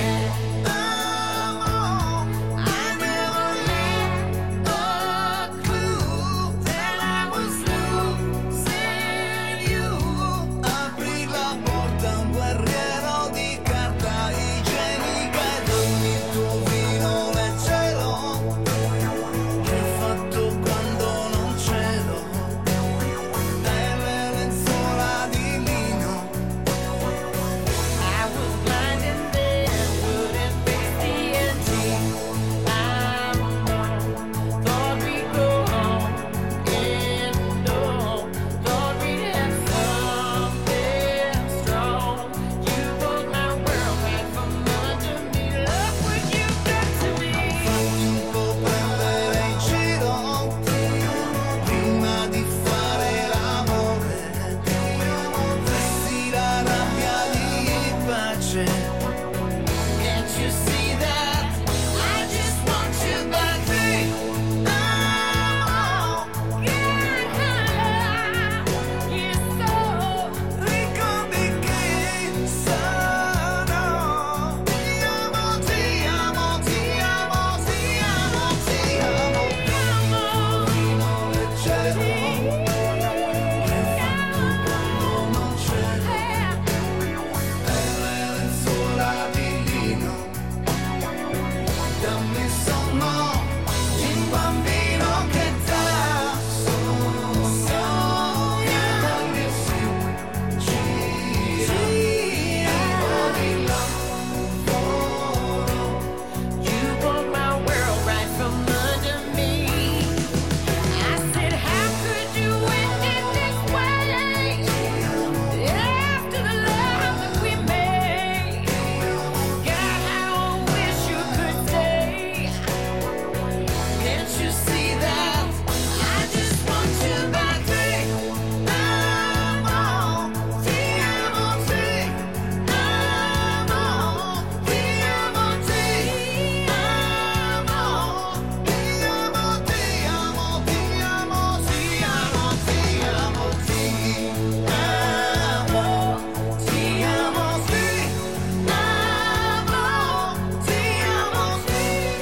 Oh, I never had a clue that I was losing you. Apri la porta, un guerriero di carta igienica, e dammi il tuo vino leggero, che ho fatto quando non c'ero, delle lenzuola di lino. I was blind and then couldn't face the empty. I know, thought we'd go home and no, thought we'd have something strong. You pulled my world right from under me. Look what you've done to me. Fatti un po' prendere in giro prima di fare l'amore, vesti la rabbia di pace. Can't you see that? I just want you back. Oh, yeah, you're so. Ricordi che sono. Ti amo, ti amo, ti amo, ti amo, ti amo. Vino leggero, che ho fatto quando non c'ero, delle lenzuola di lino. Dammi sonno di un bambino che dà sogno. Dammi sì, giro di lavoro. You pulled my world right from under me. I said, how could you end it this way? After the love that we made, God, how I wish you could stay. Can't you see that? I just want you back. Amo, ti amo, ti amo, ti amo, ti amo, Ti amo, ti amo, ti amo, ti amo, ti amo, ti amo, ti amo, sì. Amo, ti amo, sì.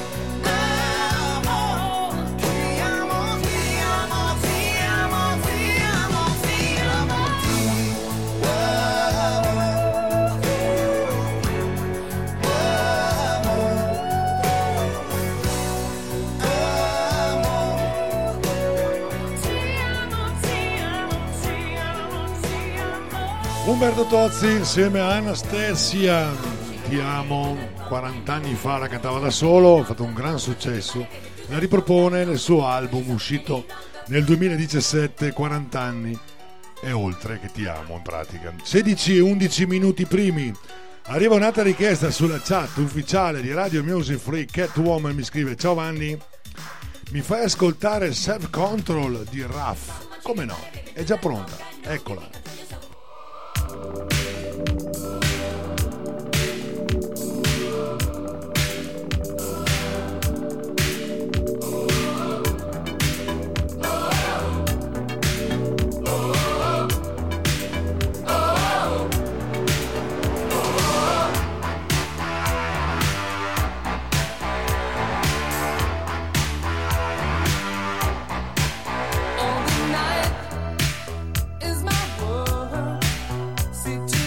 Amo, ti amo, ti amo, ti amo, ti amo, ti amo, Umberto Tozzi insieme a Anastasia, Ti amo, quaranta anni fa la cantava da solo, ha fatto un gran successo, la ripropone nel suo album uscito nel duemiladiciassette, quaranta anni e oltre, che Ti amo in pratica. sedici e undici minuti primi, arriva un'altra richiesta sulla chat ufficiale di Radio Music Free. Catwoman mi scrive: ciao Vanni, mi fai ascoltare Self Control di Raff? Come no, è già pronta, eccola. All the night is my world. See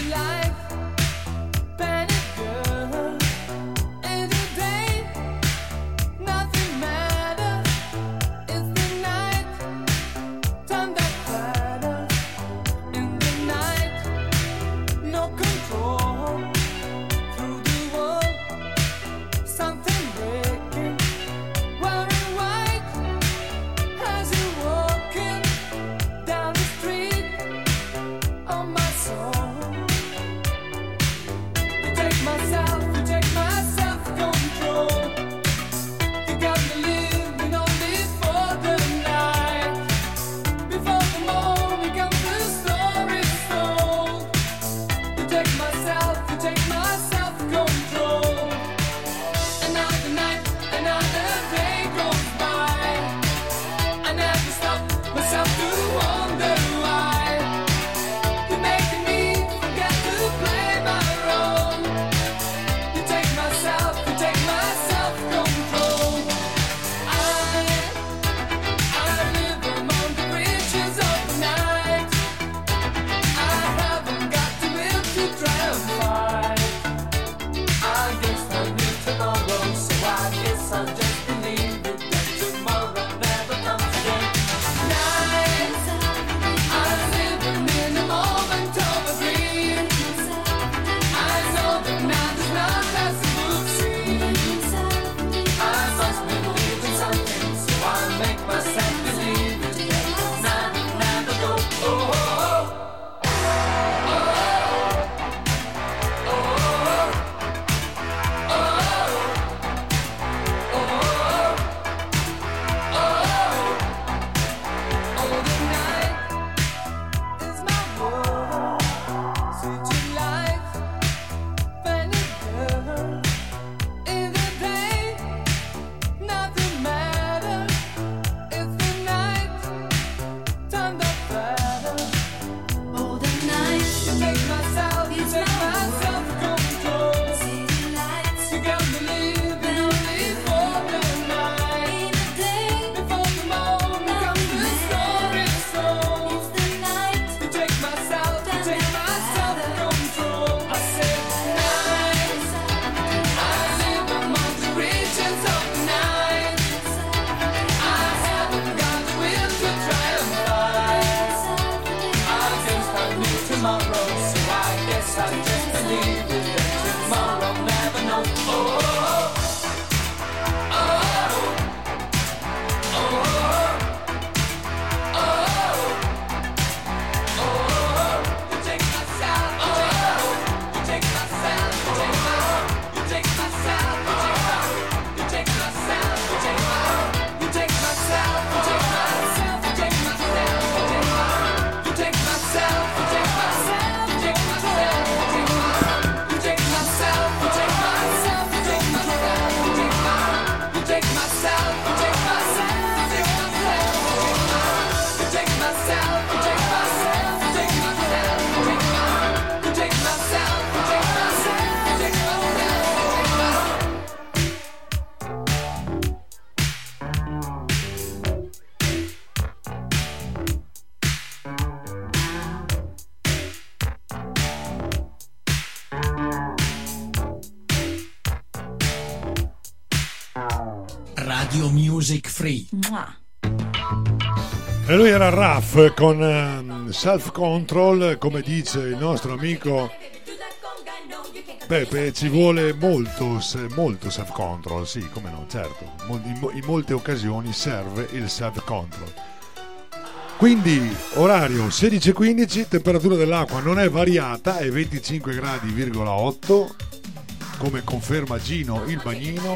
Radio Music Free. Mua. E lui era Raf con um, Self Control, come dice il nostro amico Pepe, ci vuole molto, se, molto self control, sì, come no, certo, in, in molte occasioni serve il self control. Quindi orario sedici e quindici, temperatura dell'acqua non è variata, è venticinque gradi virgola otto, come conferma Gino il bagnino.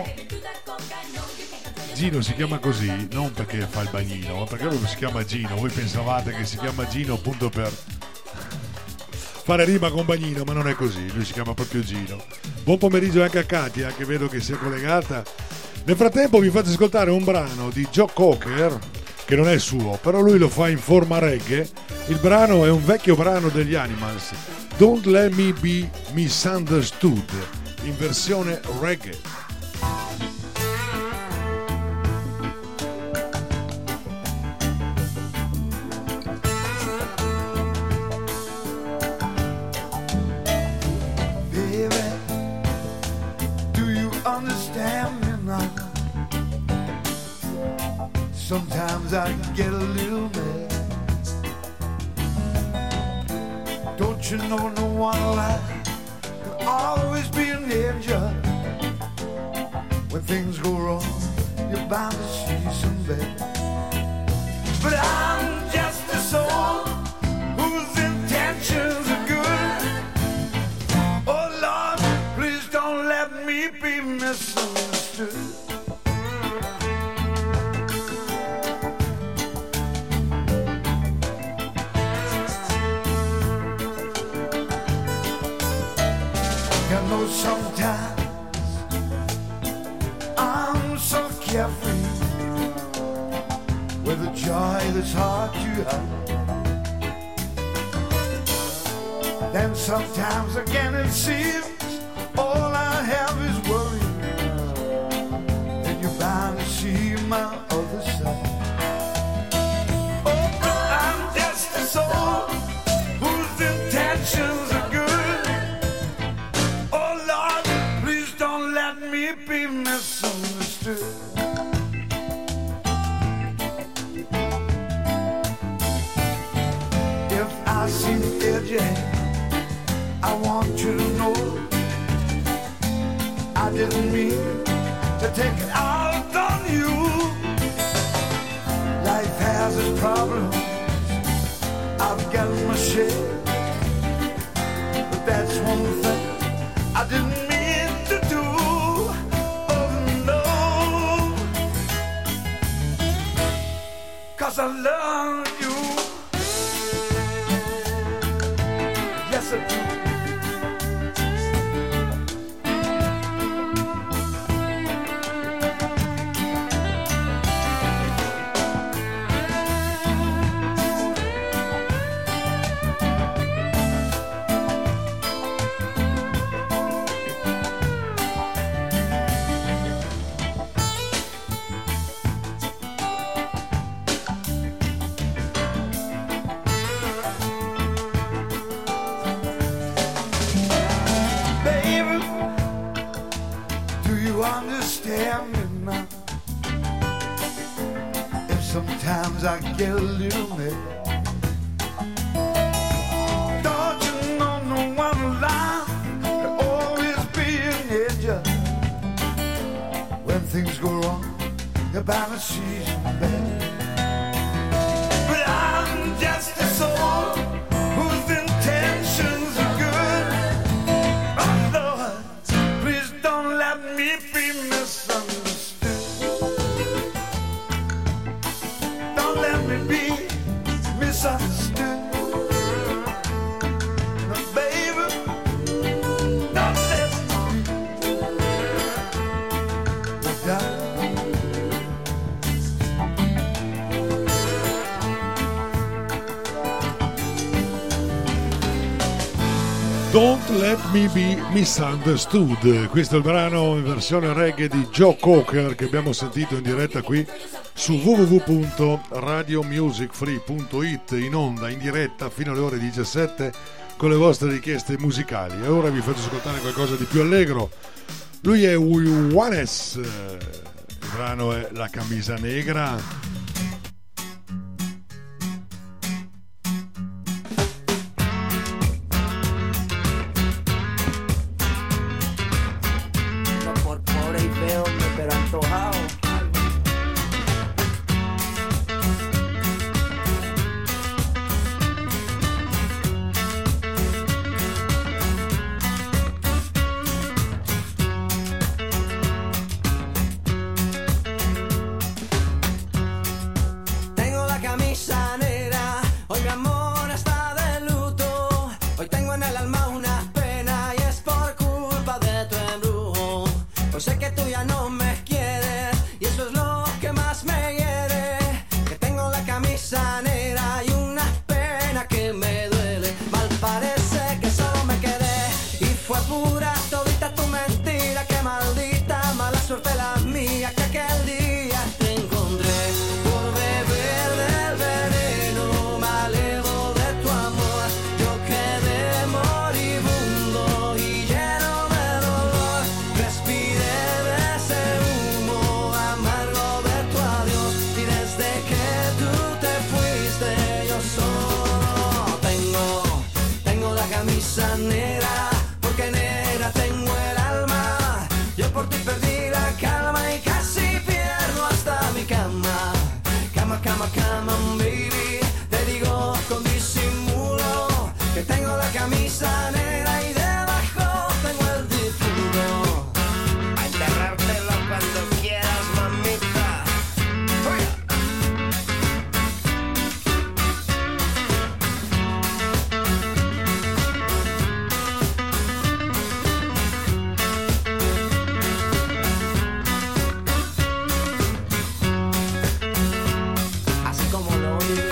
Gino si chiama così non perché fa il bagnino, ma perché proprio si chiama Gino. Voi pensavate che si chiama Gino appunto per fare rima con bagnino, ma non è così, lui si chiama proprio Gino. Buon pomeriggio anche a Katia, che vedo che si è collegata. Nel frattempo vi faccio ascoltare un brano di Joe Cocker, che non è suo, però lui lo fa in forma reggae. Il brano è un vecchio brano degli Animals, Don't Let Me Be Misunderstood, in versione reggae. Sometimes I get a little mad. Don't you know no one alive can always be an angel. When things go wrong, you're bound to see some bad. But I'm just a soul whose intentions are good. Oh Lord, please don't let me be misunderstood. Sometimes I'm so carefree with a joy that's hard to hide. Then sometimes again it seems all I have is worry. Then you're bound to see my other side. Oh, but I'm just a soul whose intentions are good. Be misunderstood. If I seem edgy, I want you to know I didn't mean to take it out on you. Life has its problems, I've got my share, but that's one thing I didn't mean to do. Cause I love you. Yes, I do. Understand me now. If sometimes I get a little mad, don't you know no one alive can always be an edge. When things go wrong, you're bound to see some bad. But I'm just a soul whose intentions are good. Oh Lord, please don't let me be misunderstood. Don't let me be misunderstood. No, baby, don't let me be. No, darling. Don't Let Me Be Misunderstood. Questo è il brano in versione reggae di Joe Cocker che abbiamo sentito in diretta qui su w w w punto radio music free punto it, in onda, in diretta fino alle ore diciassette con le vostre richieste musicali. E ora vi faccio ascoltare qualcosa di più allegro. Lui è Juanes, il brano è La Camisa Negra. Por pobre y feo, pero antojado. Tengo la camisa negra, hoy mi amor está de luto. Hoy tengo en el alma una pena y es por culpa de tu embrujo. Hoy sé que tú ya no me quieres y eso es lo que más me hiere. Que tengo la camisa negra y una pena que me duele. Mal parece que solo me quedé y fue pura todita tu mentira. Que maldita mala suerte la mía que aquel día te encontré. Por beber del veneno me alejo de tu amor. Yo quedé moribundo y lleno de dolor. Respiré de ese humo amargo de tu adiós. Y desde que tú te fuiste yo solo tengo, tengo la camisa negra. Porque negra tengo el alma. Yo por ti perdí la calma y casi pierdo hasta mi cama. Cama, cama, cama, baby. Te digo con disimulo que tengo la camisa negra y debajo tengo el difunto. A enterrártelo cuando quieras, mamita. Así como lo oye,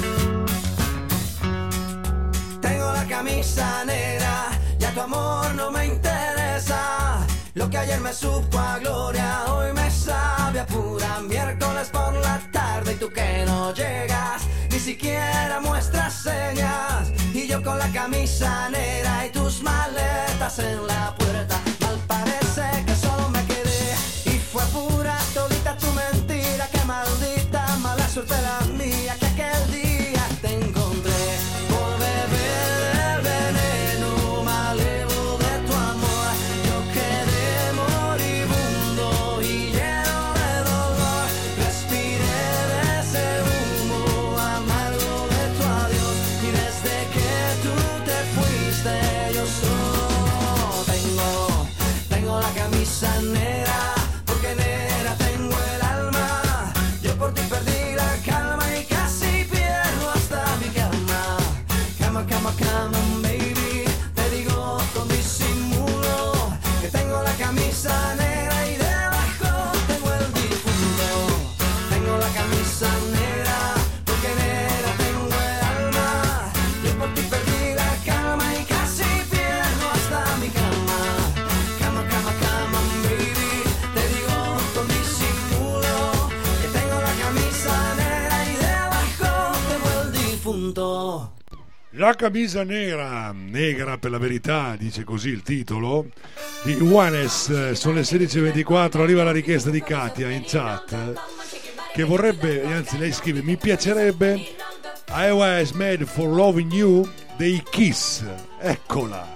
tengo la camisa negra, ya tu amor no me interesa. Lo que ayer me supo a gloria, hoy me sabe a pura miércoles por la tarde. Y tú que no llegas, ni siquiera muestras señas. Y yo con la camisa negra y tus maletas en la puerta. Mal parece que solo me quedé y fue pura todita tu mentira. Que maldita mala suerte la mía que aquel día te encontré. Por beber del veneno me alejo de tu amor. Yo quedé moribundo y lleno de dolor. Respiré de ese humo amargo de tu adiós. Y desde que tú te fuiste yo solo tengo, tengo la camisa negra. Porque negra tengo el alma. Yo por ti perdí la calma y casi pierdo hasta mi cama. Cama, cama, cama, baby. Te digo con disimulo que tengo la camisa negra y debajo tengo el difunto. Tengo la camisa negra porque negra tengo el alma. Yo por ti perdí la calma y casi pierdo hasta mi cama. Cama, cama, cama, baby. Te digo con disimulo que tengo la camisa negra y debajo tengo el difunto. La camisa nera, negra per la verità, dice così il titolo di Juanes. Sono le sedici e ventiquattro, arriva la richiesta di Katia in chat che vorrebbe, anzi lei scrive: mi piacerebbe I Was Made for Loving You dei Kiss. Eccola.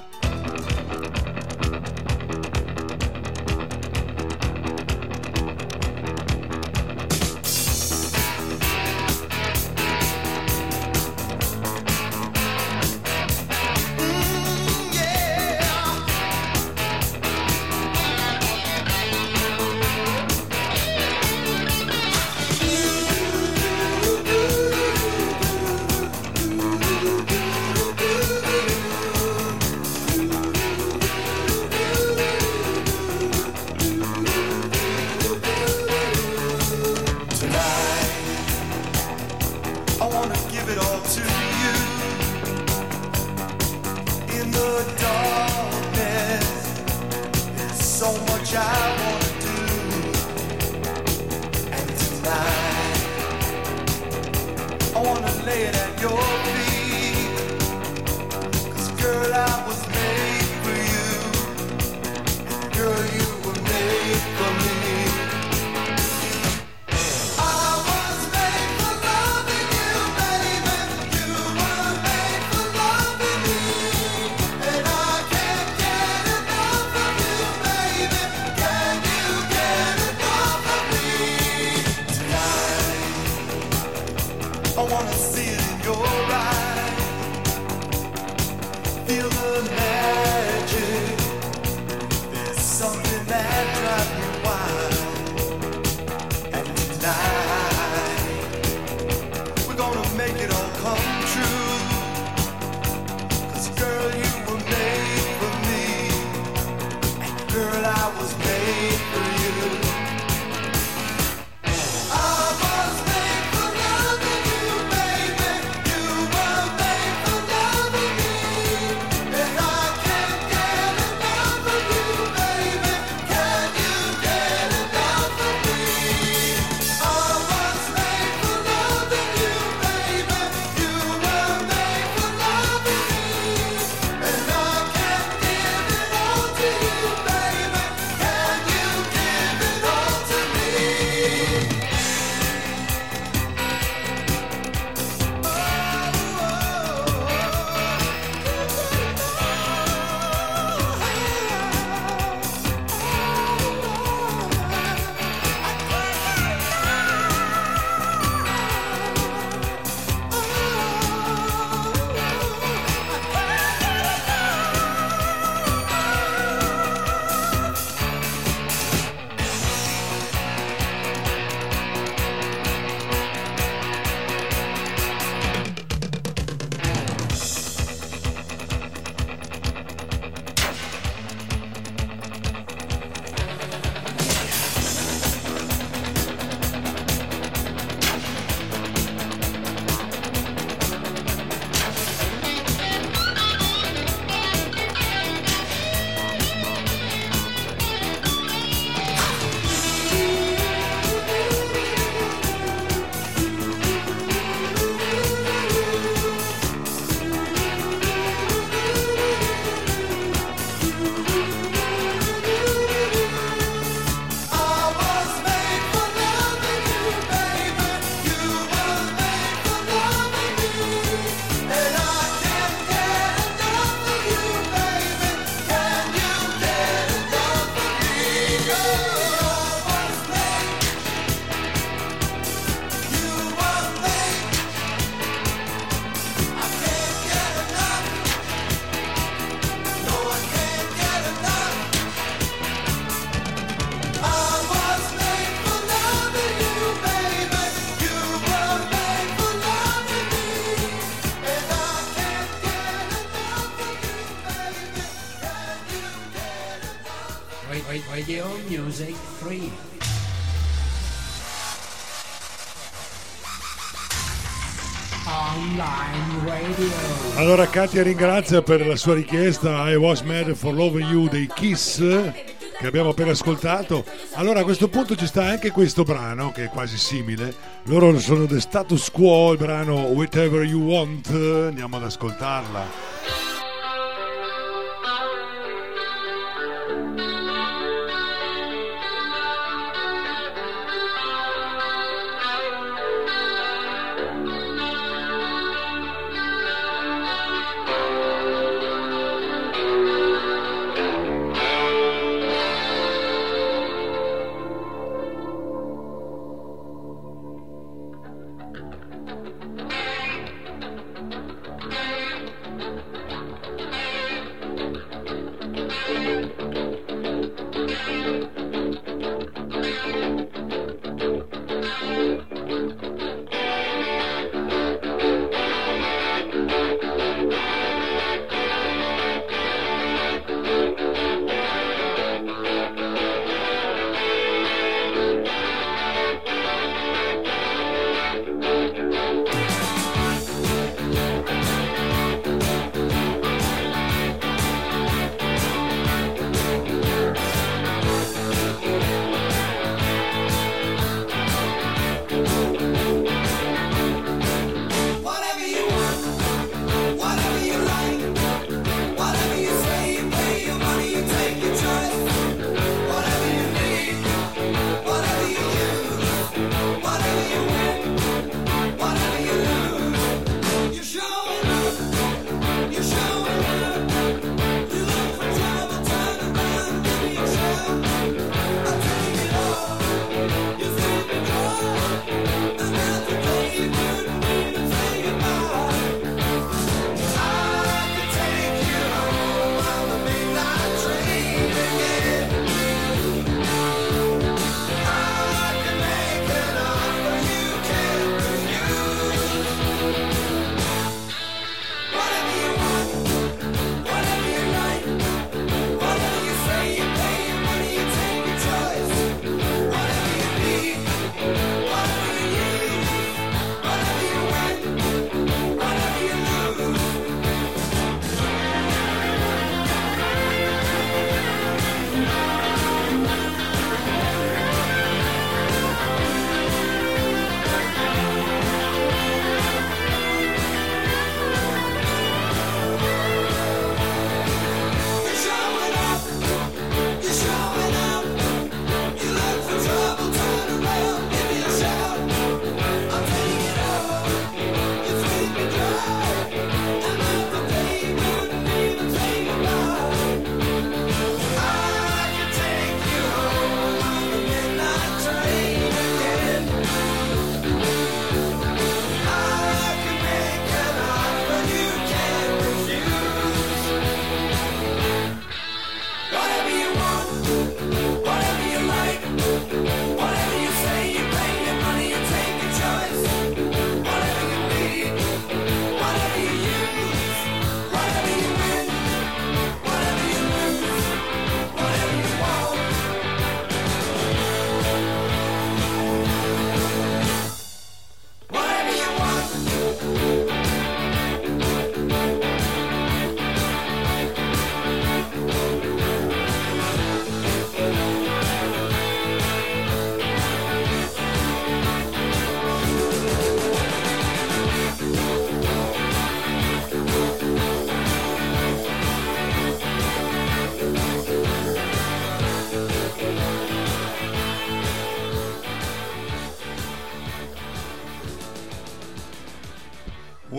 that drive me wild. And tonight we're gonna make it all come true. 'Cause girl, you were made for me, and girl, I was made for you. Radio Music Free. Online Radio. Allora Katia ringrazia per la sua richiesta I Was Mad for Loving You dei Kiss che abbiamo appena ascoltato. Allora a questo punto ci sta anche questo brano che è quasi simile. Loro sono The Status Quo, il brano Whatever You Want. Andiamo ad ascoltarla.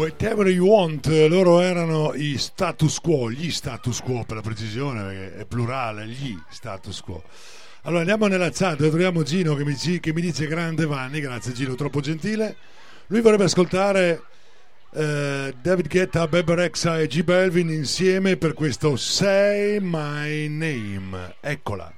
Whatever You Want, loro erano i status quo, gli status quo per la precisione, perché è plurale, gli status quo. Allora andiamo nella chat, troviamo Gino che mi, che mi dice grande Vanni, grazie Gino, troppo gentile. Lui vorrebbe ascoltare eh, David Guetta, Bebe Rexha e G Balvin insieme per questo Say My Name. Eccola.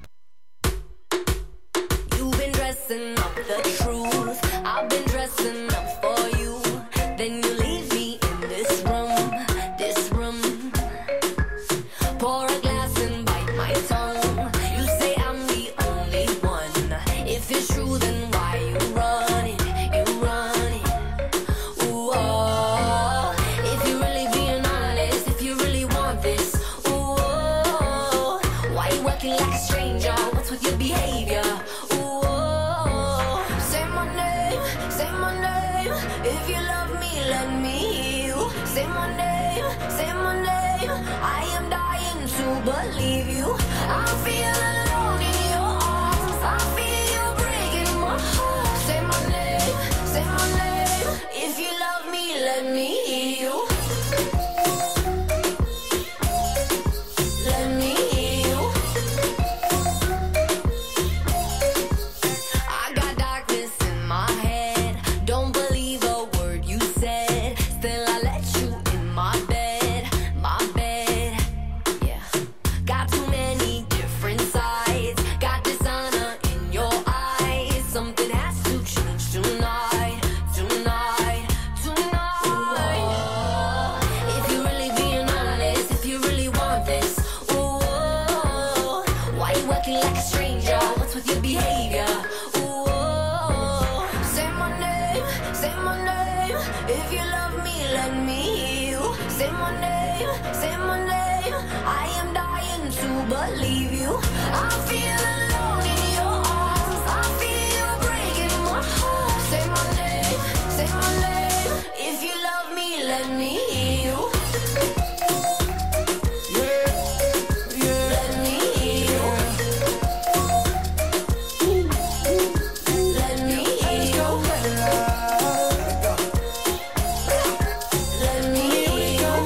You've been dressing up the truth, I've been dressing up for you. Then you leave me in this room, this room. Pour a glass and bite my tongue. You say I'm the only one. If it's true, then why you running? You running? Ooh, oh. If you're really being honest, if you really want this, ooh, oh. Why you acting like a stranger? What's with your behavior? Ooh, oh. Say my name, say my name. If you love me, let me hear you. Say my name, say my name. I am dying to believe you. I feel alone in your arms. I feel you breaking my heart. Say my name, say my name. If you love me, let me hear you. Let me hear you. I got darkness in my head. Don't believe a word you said. Still I let you in my bed, my bed. Yeah. Got too many different sides. Got dishonor in your eyes. Something has to change tonight, tonight, tonight. Ooh, if you're really being honest, if you really want this, ooh, why you acting like a stranger? What's with your behavior? Ooh, say my name, say my name. If you love me, let me hear you. Say my name, say my name. I am dying to believe you. I feel alone in your arms. I feel you breaking my heart. Say my name, say my name. If you love me, let me hear you. Let me hear you. Let me hear you. Let me hear you.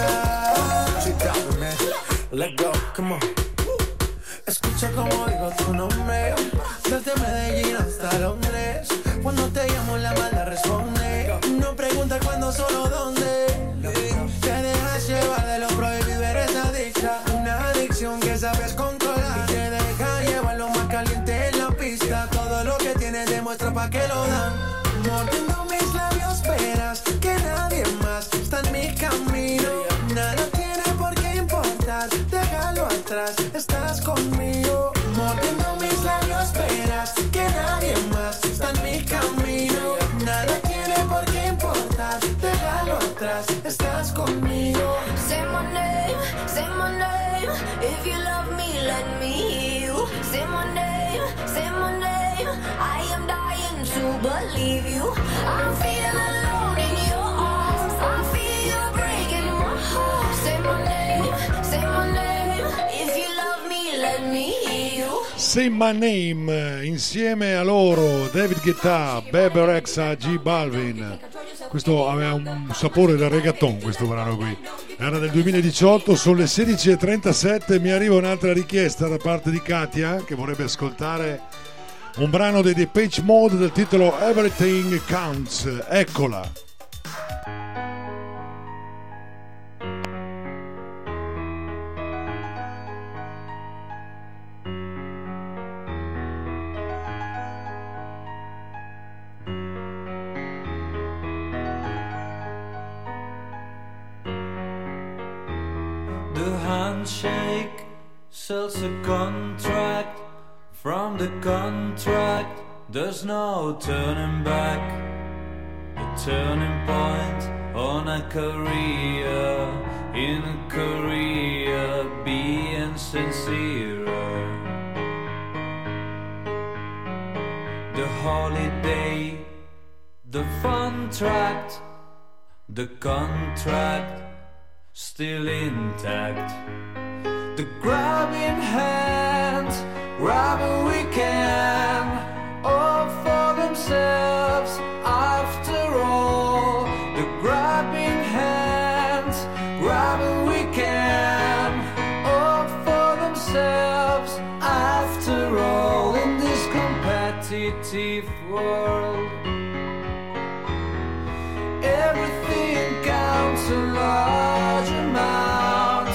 Let go, come on. Escucha como digo tu nombre. Desde Medellín hasta Londres. Cuando te llamo la mala responde. No pregunta cuándo, solo dónde. Te dejas llevar de lo prohibido, eres adicta. Una adicción que sabes controlar. Y te deja llevar lo más caliente en la pista. Todo lo que tienes demuestra pa' que lo dan. Mordiendo mis labios verás que nadie más está en mi camino. Nada tiene por qué importar, déjalo atrás, estás conmigo. Mordiendo mis labios verás que nadie más está en mi camino. Nada tiene por qué importar, déjalo atrás, estás conmigo. Say my name, say my name. If you love me, let me hear you. Say my name, say my name. I am dying to believe you. I feel alone in your arms. I feel you breaking my heart. Say my name, say my name. If you love me, let me hear you. Say My Name, insieme a loro David Guetta, Bebe Rexha, G Balvin. Questo aveva un sapore da reggaeton, questo brano qui. Era del duemiladiciotto, sono le sedici e trentasette. Mi arriva un'altra richiesta da parte di Katia, che vorrebbe ascoltare un brano dei Depeche Mode del titolo Everything Counts. Eccola. The handshake sells a contract. From the contract, there's no turning back. A turning point on a career, in a career, being sincere. The holiday, the fun tract, the contract still intact. The grabbing hand, grab a weekend, all for themselves after all. The grabbing competitive world. Everything counts in large amounts.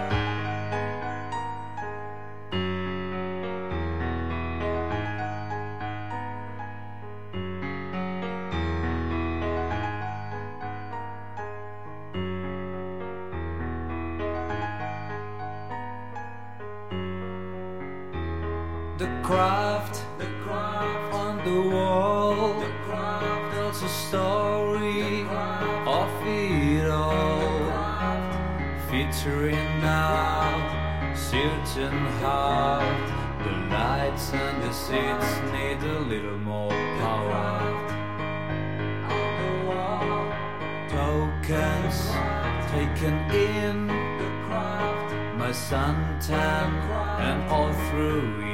The craft, the craft on the wall, the craft tells a story of it all, featuring now certain heart. The lights and the seats need a little more power. On the wall, tokens taken in the craft, my suntan and all through it.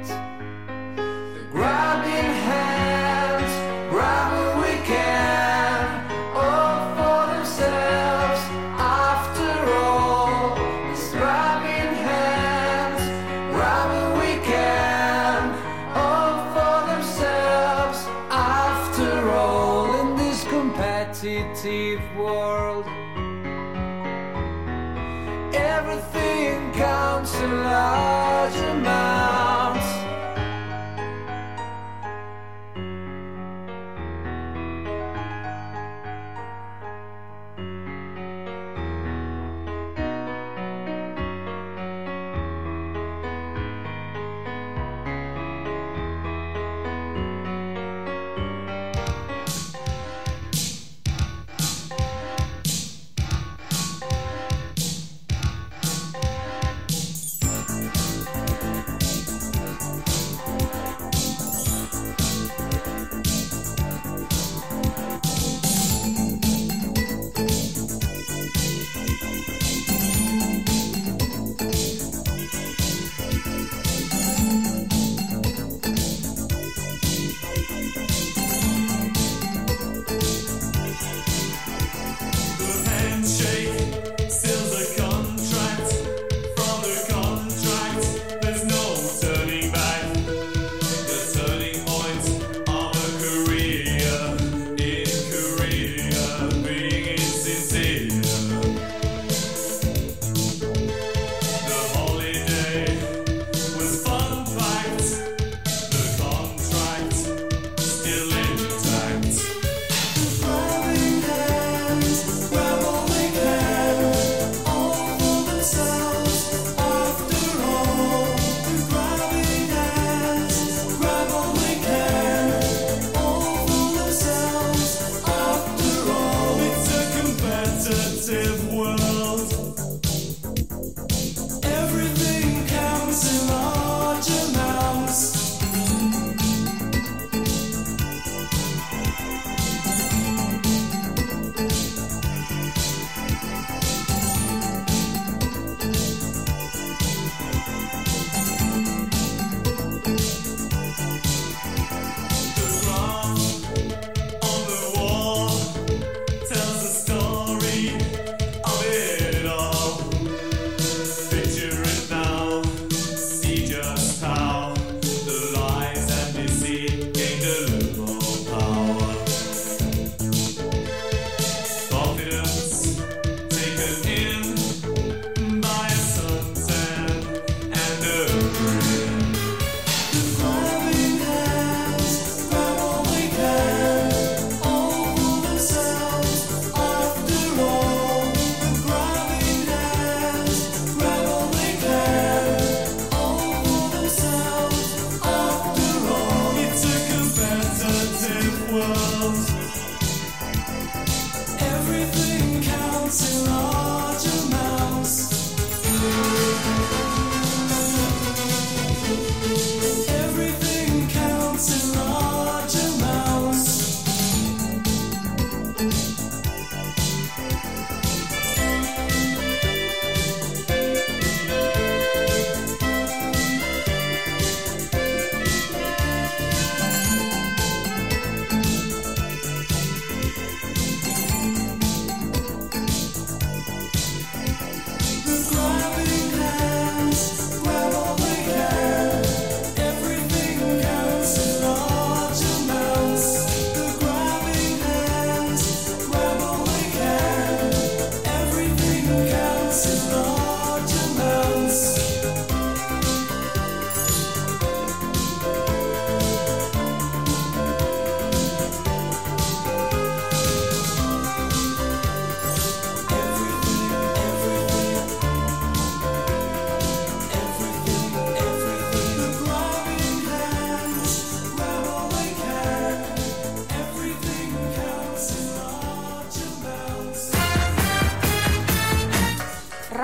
Grabbing hands, grab what we can, all for themselves after all. It's grabbing hands, grab what we can, all for themselves after all. In this competitive world, everything counts in large amounts.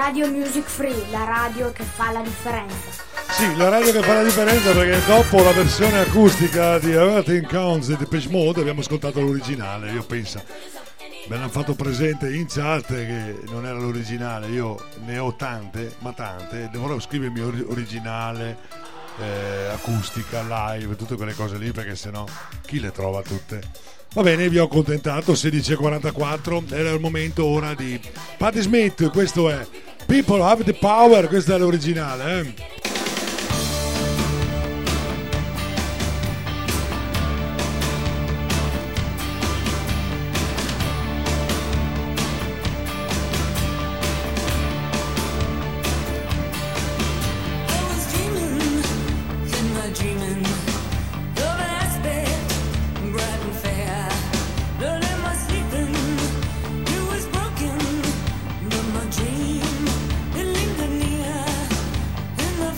Radio Music Free, la radio che fa la differenza. Sì, la radio che fa la differenza, perché dopo la versione acustica di Everything Counts di Depeche Mode abbiamo ascoltato l'originale. Io penso, me l'hanno fatto presente in chat che non era l'originale, io ne ho tante, ma tante, dovrò scrivermi or- originale, eh, acustica, live, tutte quelle cose lì, perché sennò chi le trova tutte? Va bene, vi ho accontentato. Sedici e quarantaquattro, era il momento ora di Patti Smith. Questo è People Have the Power, questa è l'originale, eh? Dream, it lingered near in the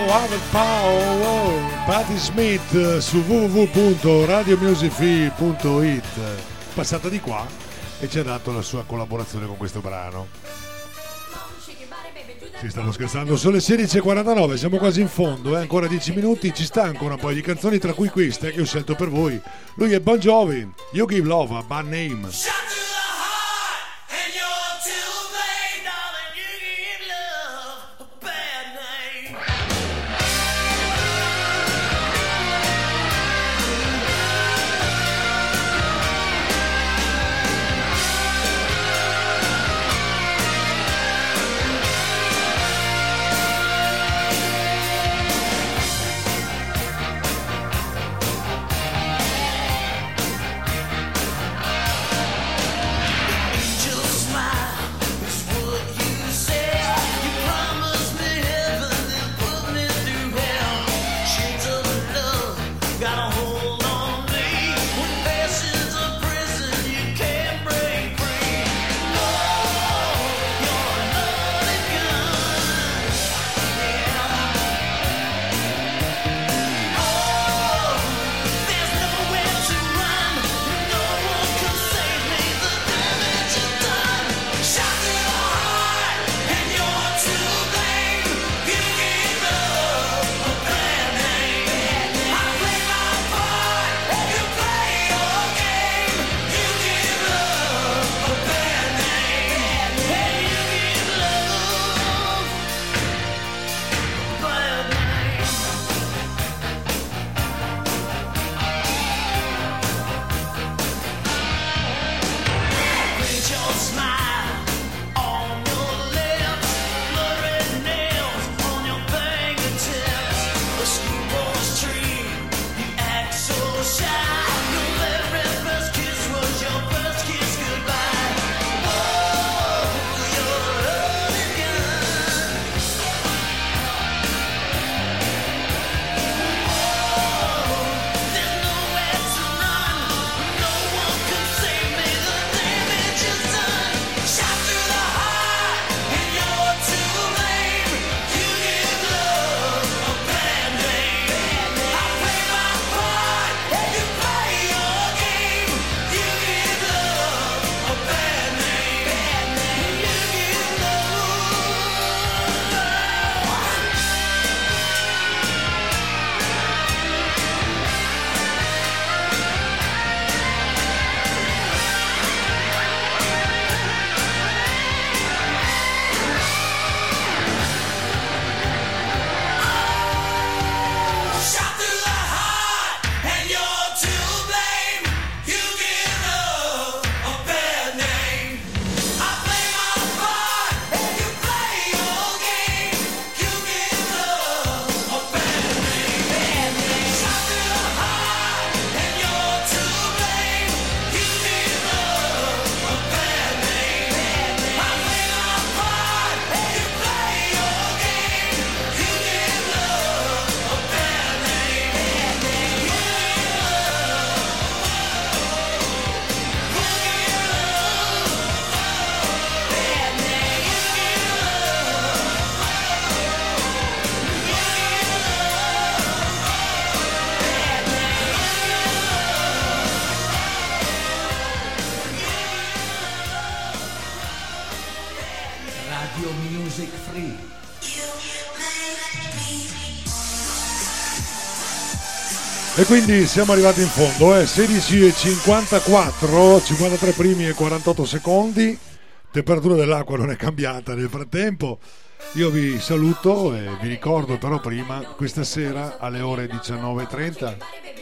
have power. Patti Smith su w w w punto radio music free punto i t, passata di qua e ci ha dato la sua collaborazione con questo brano. Ci stavo scherzando, sono le sedici e quarantanove, siamo quasi in fondo, eh? Ancora dieci minuti, ci sta ancora un paio di canzoni, tra cui queste che ho scelto per voi. Lui è Bon Jovi, You Give Love a Bad Name. E quindi siamo arrivati in fondo, eh? sedici e cinquantaquattro, cinquantatré primi e quarantotto secondi, temperatura dell'acqua non è cambiata nel frattempo. Io vi saluto e vi ricordo però prima, questa sera alle ore diciannove e trenta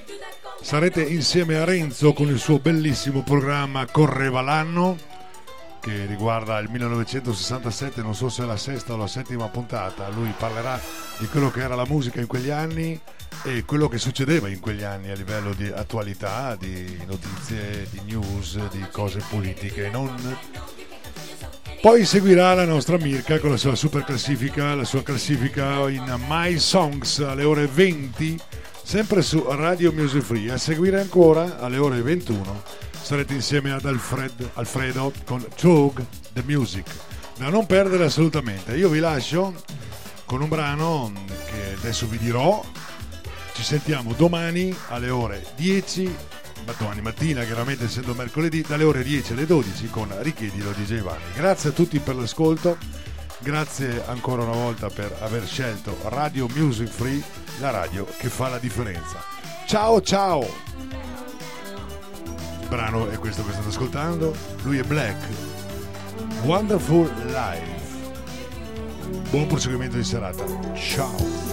sarete insieme a Renzo con il suo bellissimo programma Correva l'anno, che riguarda il millenovecentosessantasette, non so se è la sesta o la settima puntata. Lui parlerà di quello che era la musica in quegli anni e quello che succedeva in quegli anni a livello di attualità, di notizie, di news, di cose politiche e non. Poi seguirà la nostra Mirka con la sua super classifica, la sua classifica in My Songs alle ore venti, sempre su Radio Music Free. A seguire ancora alle ore ventuno sarete insieme ad Alfred, Alfredo con Jog the Music, da non perdere assolutamente. Io vi lascio con un brano che adesso vi dirò. Ci sentiamo domani alle ore dieci, ma domani mattina chiaramente essendo mercoledì, dalle ore dieci alle dodici con Richiedilo D J Vanni. Grazie a tutti per l'ascolto, grazie ancora una volta per aver scelto Radio Music Free, la radio che fa la differenza. Ciao ciao! Il brano è questo che state ascoltando, lui è Black, Wonderful Life. Buon proseguimento di serata, ciao!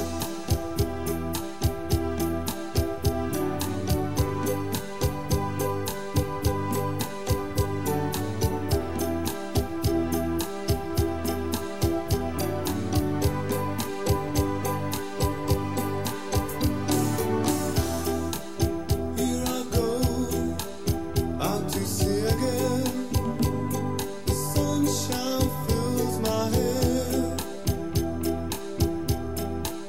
Sunshine fills my head.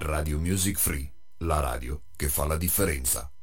Radio Music Free, la radio che fa la differenza.